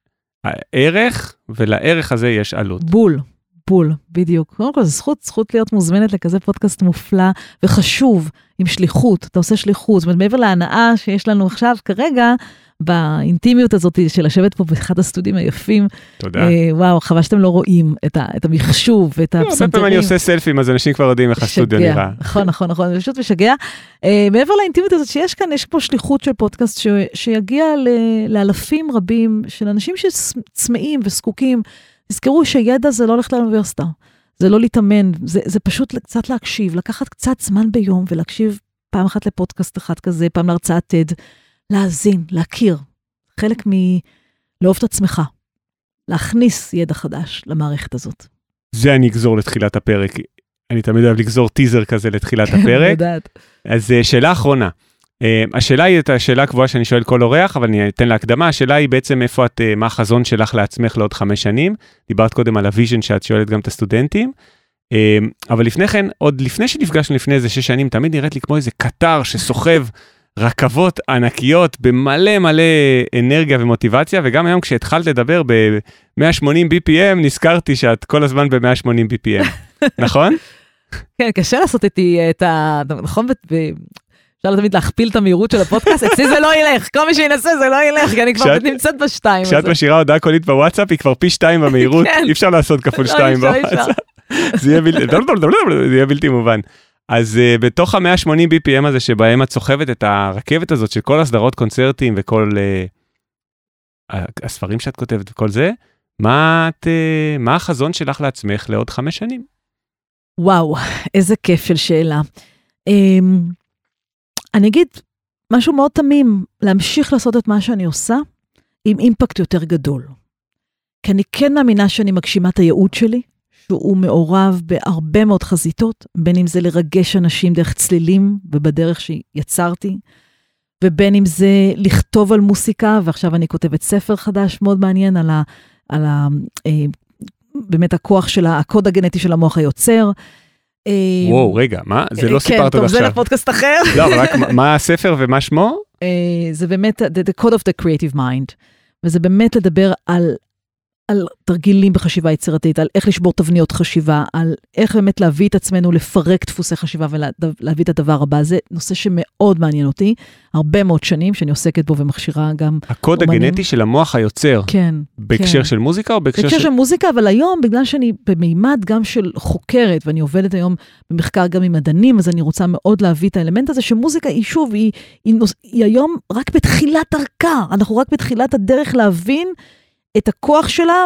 ערך, ולערך הזה יש עלות. בול, בול, בדיוק. קודם כל, זו זכות, זכות להיות מוזמנת לכזה פודקאסט מופלא וחשוב, עם שליחות, אתה עושה שליחות, זאת אומרת, מעבר להנאה שיש לנו עכשיו כרגע, באינטימיות הזאת של לשבת פה באחד הסטודים היפים. תודה. אה, וואו, חבל שאתם לא רואים את, ה, את המחשוב ואת הפסנתרים. הרבה פעמים אני עושה סלפים, אז אנשים כבר יודעים איך הסטודיו נראה. נכון, נכון, נכון, זה פשוט משגע. אה, מעבר לאינטימיות הזאת שיש כאן, יש פה שליחות של פודקאסט ש, שיגיע ל, לאלפים רבים של אנשים שצמאים וסקוקים. תזכרו שידע זה לא הולך לאוניברסיטה. זה לא להתאמן, זה, זה פשוט קצת להקשיב, לקחת קצת זמן ביום ולהקשיב פעם אחת לפודקאסט אחד כזה, פעם להרצאת TED. להאזין, להכיר, חלק מלאהוב את עצמך, להכניס ידע חדש למערכת הזאת. זה אני אגזור לתחילת הפרק, אני תמיד אוהב לגזור טיזר כזה לתחילת הפרק. אז שאלה אחרונה, השאלה היא את השאלה הקבועה שאני שואל כל אורח, אבל אני אתן להקדמה, השאלה היא בעצם איפה את, מה החזון שלך לעצמך לעוד חמש שנים, דיברת קודם על הוויז'ן שאת שואלת גם את הסטודנטים, אבל לפני כן, עוד לפני שנפגשנו לפני איזה שש שנים, תמיד נראית לי כמו איזה קטר שסוחב רכבות ענקיות במלא מלא אנרגיה ומוטיבציה, וגם היום כשהתחלת לדבר ב-מאה ושמונים בי פי אם, נזכרתי שאת כל הזמן ב-מאה ושמונים בי פי אם, נכון? כן, קשה לעשות איתי את ה... נכון? אפשר תמיד להכפיל את המהירות של הפודקאסט, אצלי זה לא ילך, כל מי שינסה זה לא ילך, כי אני כבר נמצאת בשתיים. כשאת משאירה הודעה קולית בוואטסאפ, היא כבר פי שתיים במהירות, אי אפשר לעשות כפול שתיים בוואטסאפ. זה יהיה בלתי מובן. אז uh, בתוך ה-מאה ושמונים בי פי אם הזה, שבהם את סוחבת את הרכבת הזאת, של כל הסדרות קונצרטים וכל uh, הספרים שאת כותבת וכל זה, מה, את, uh, מה החזון שלך לעצמך לעוד חמש שנים? וואו, איזה כיף של שאלה. Um, אני אגיד משהו מאוד תמים, להמשיך לעשות את מה שאני עושה, עם אימפקט יותר גדול. כי אני כן מאמינה שאני מגשימה את הייעוד שלי, שהוא מעורב בהרבה מאוד חזיתות, בין אם זה לרגש אנשים דרך צלילים ובדרך שיצרתי, ובין אם זה לכתוב על מוסיקה, ועכשיו אני כותבת ספר חדש מאוד מעניין על ה... על ה אה, באמת הכוח של הקוד הגנטי של המוח היוצר. וואו, רגע, מה? זה לא סיפרת עד עכשיו. כן, טוב, זה לפודקאסט אחר. לא, אבל רק מה הספר ומה שמו? זה באמת, The Code of the Creative Mind, וזה באמת לדבר על, על תרגילים בחשיבה יצירתית, על איך לשבור תבניות חשיבה, על איך באמת להביא את עצמנו, לפרק דפוסי חשיבה ולהביא את הדבר הבא. זה נושא שמאוד מעניין אותי, הרבה מאוד שנים שאני עוסקת בו ומכשירה גם הקוד אומנים. הגנטי של המוח היוצר. כן. בהקשר כן. של מוזיקה או בהקשר, בהקשר של... של מוזיקה, אבל היום, בגלל שאני במימד גם של חוקרת, ואני עובדת היום במחקר גם עם מדענים, אז אני רוצה מאוד להביא את האלמנט הזה, שמוזיקה היא שוב, היא, היא, היא, היא היום רק בתחילת דרכה, אנחנו רק בתחילת הדרך להבין את הכוח שלה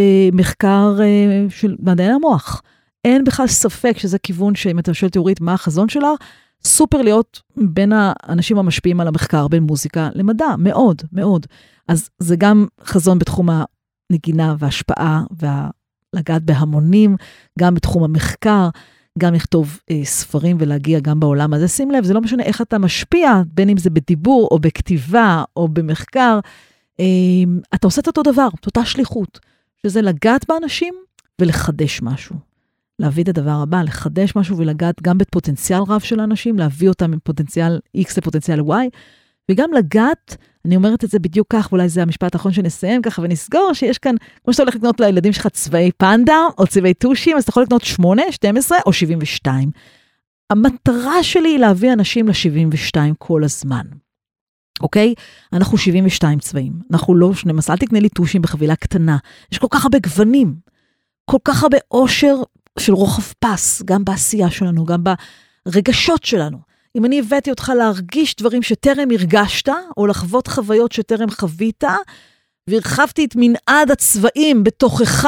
במחקר uh, של מדעי המוח. אין בכלל ספק שזה כיוון שאם אתה שואל תיאורית מה החזון שלה, סופר להיות בין האנשים המשפיעים על המחקר, בין מוזיקה למדע, מאוד, מאוד. אז זה גם חזון בתחום הנגינה וההשפעה, ולגעת בהמונים, גם בתחום המחקר, גם לכתוב אה, ספרים ולהגיע גם בעולם הזה. שים לב, זה לא משנה איך אתה משפיע, בין אם זה בדיבור או בכתיבה או במחקר, אה, אתה עושה את אותו דבר, את אותה שליחות, שזה לגעת באנשים ולחדש משהו. להביא את הדבר הבא, לחדש משהו ולגעת גם בפוטנציאל רב של האנשים, להביא אותם מפוטנציאל X לפוטנציאל Y, וגם לגעת, אני אומרת את זה בדיוק כך, ואולי זה המשפט האחרון שנסיים ככה ונסגור, שיש כאן, כמו שאתה הולך לקנות לילדים שלך צבעי פנדה, או צבעי טושים, אז אתה יכול לקנות שמונה, שתים עשרה או שבעים ושתיים. המטרה שלי היא להביא אנשים ל-שבעים ושתיים כל הזמן. אוקיי? אנחנו שבעים ושתיים צבעים. אנחנו לא שנים עשרה, אל תקנה לי טושים בחבילה קטנה. יש כל כך הרבה גוונים, כל כך הרבה עושר של רוחב פס, גם בעשייה שלנו, גם ברגשות שלנו. אם אני הבאתי אותך להרגיש דברים שטרם הרגשת, או לחוות חוויות שטרם חווית, והרחבתי את מנעד הצבעים בתוכך,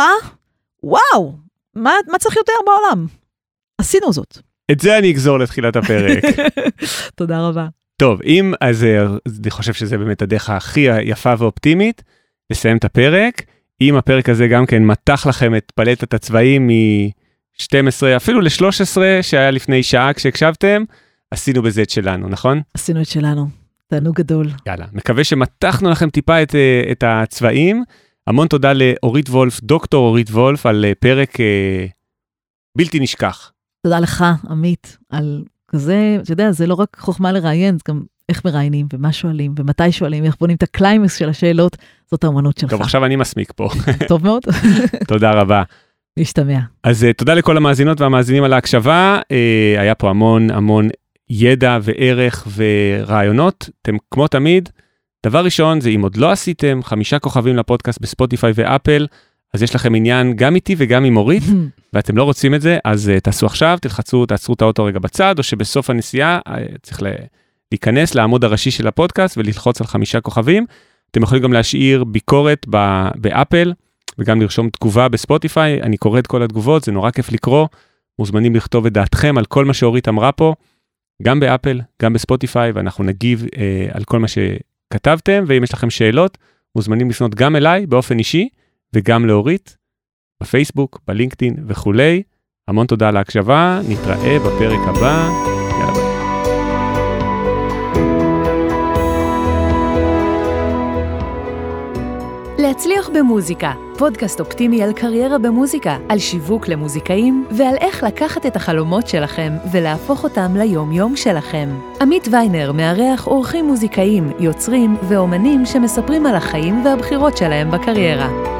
וואו, מה, מה צריך יותר בעולם? עשינו זאת. את זה אני אגזור לתחילת הפרק. תודה רבה. טוב, אם אז אני חושב שזה באמת הדרך הכי יפה ואופטימית, לסיים את הפרק. אם הפרק הזה גם כן מתח לכם את פלטת הצבעים מ-שתים עשרה, אפילו ל-שלוש עשרה, שהיה לפני שעה כשהקשבתם, עשינו בזה את שלנו, נכון? עשינו את שלנו, תענוג גדול. יאללה, מקווה שמתחנו לכם טיפה את, את הצבעים. המון תודה לאורית וולף, דוקטור אורית וולף, על פרק אה, בלתי נשכח. תודה לך, עמית, על כזה, אתה יודע, זה לא רק חוכמה לראיין, זה גם איך מראיינים, ומה שואלים, ומתי שואלים, איך בונים את הקליימקס של השאלות, זאת האמנות שלך. טוב, עכשיו אני מסמיק פה. טוב מאוד. תודה רבה. להשתמע. אז תודה לכל המאזינות והמאזינים על ההקשבה, היה פה המון המון ידע וערך ורעיונות, אתם כמו תמיד, דבר ראשון זה אם עוד לא עשיתם חמישה כוכבים לפודקאסט בספוטיפיי ואפל, אז יש לכם עניין גם איתי וגם עם אורית, ואתם לא רוצים את זה, אז uh, תעשו עכשיו, תלחצו, תעצרו את האוטו רגע בצד, או שבסוף הנסיעה uh, צריך להיכנס לעמוד הראשי של הפודקאסט וללחוץ על חמישה כוכבים. אתם יכולים גם להשאיר ביקורת ב- באפל, וגם לרשום תגובה בספוטיפיי, אני קורא את כל התגובות, זה נורא כיף לקרוא, מוזמנים לכתוב את דעתכם על כל מה שאורית אמרה פה, גם באפל, גם בספוטיפיי, ואנחנו נגיב uh, על כל מה שכתבתם, ואם יש לכם שאלות, מוזמנים לפנות גם אליי באופן אישי, וגם לאורית, בפייסבוק, בלינקדאין וכולי. המון תודה על ההקשבה, נתראה בפרק הבא. יאללה ביי. להצליח במוזיקה, פודקאסט אופטימי על קריירה במוזיקה, על שיווק למוזיקאים ועל איך לקחת את החלומות שלכם ולהפוך אותם ליום-יום שלכם. עמית ויינר מארח אורחים מוזיקאים, יוצרים ואומנים שמספרים על החיים והבחירות שלהם בקריירה.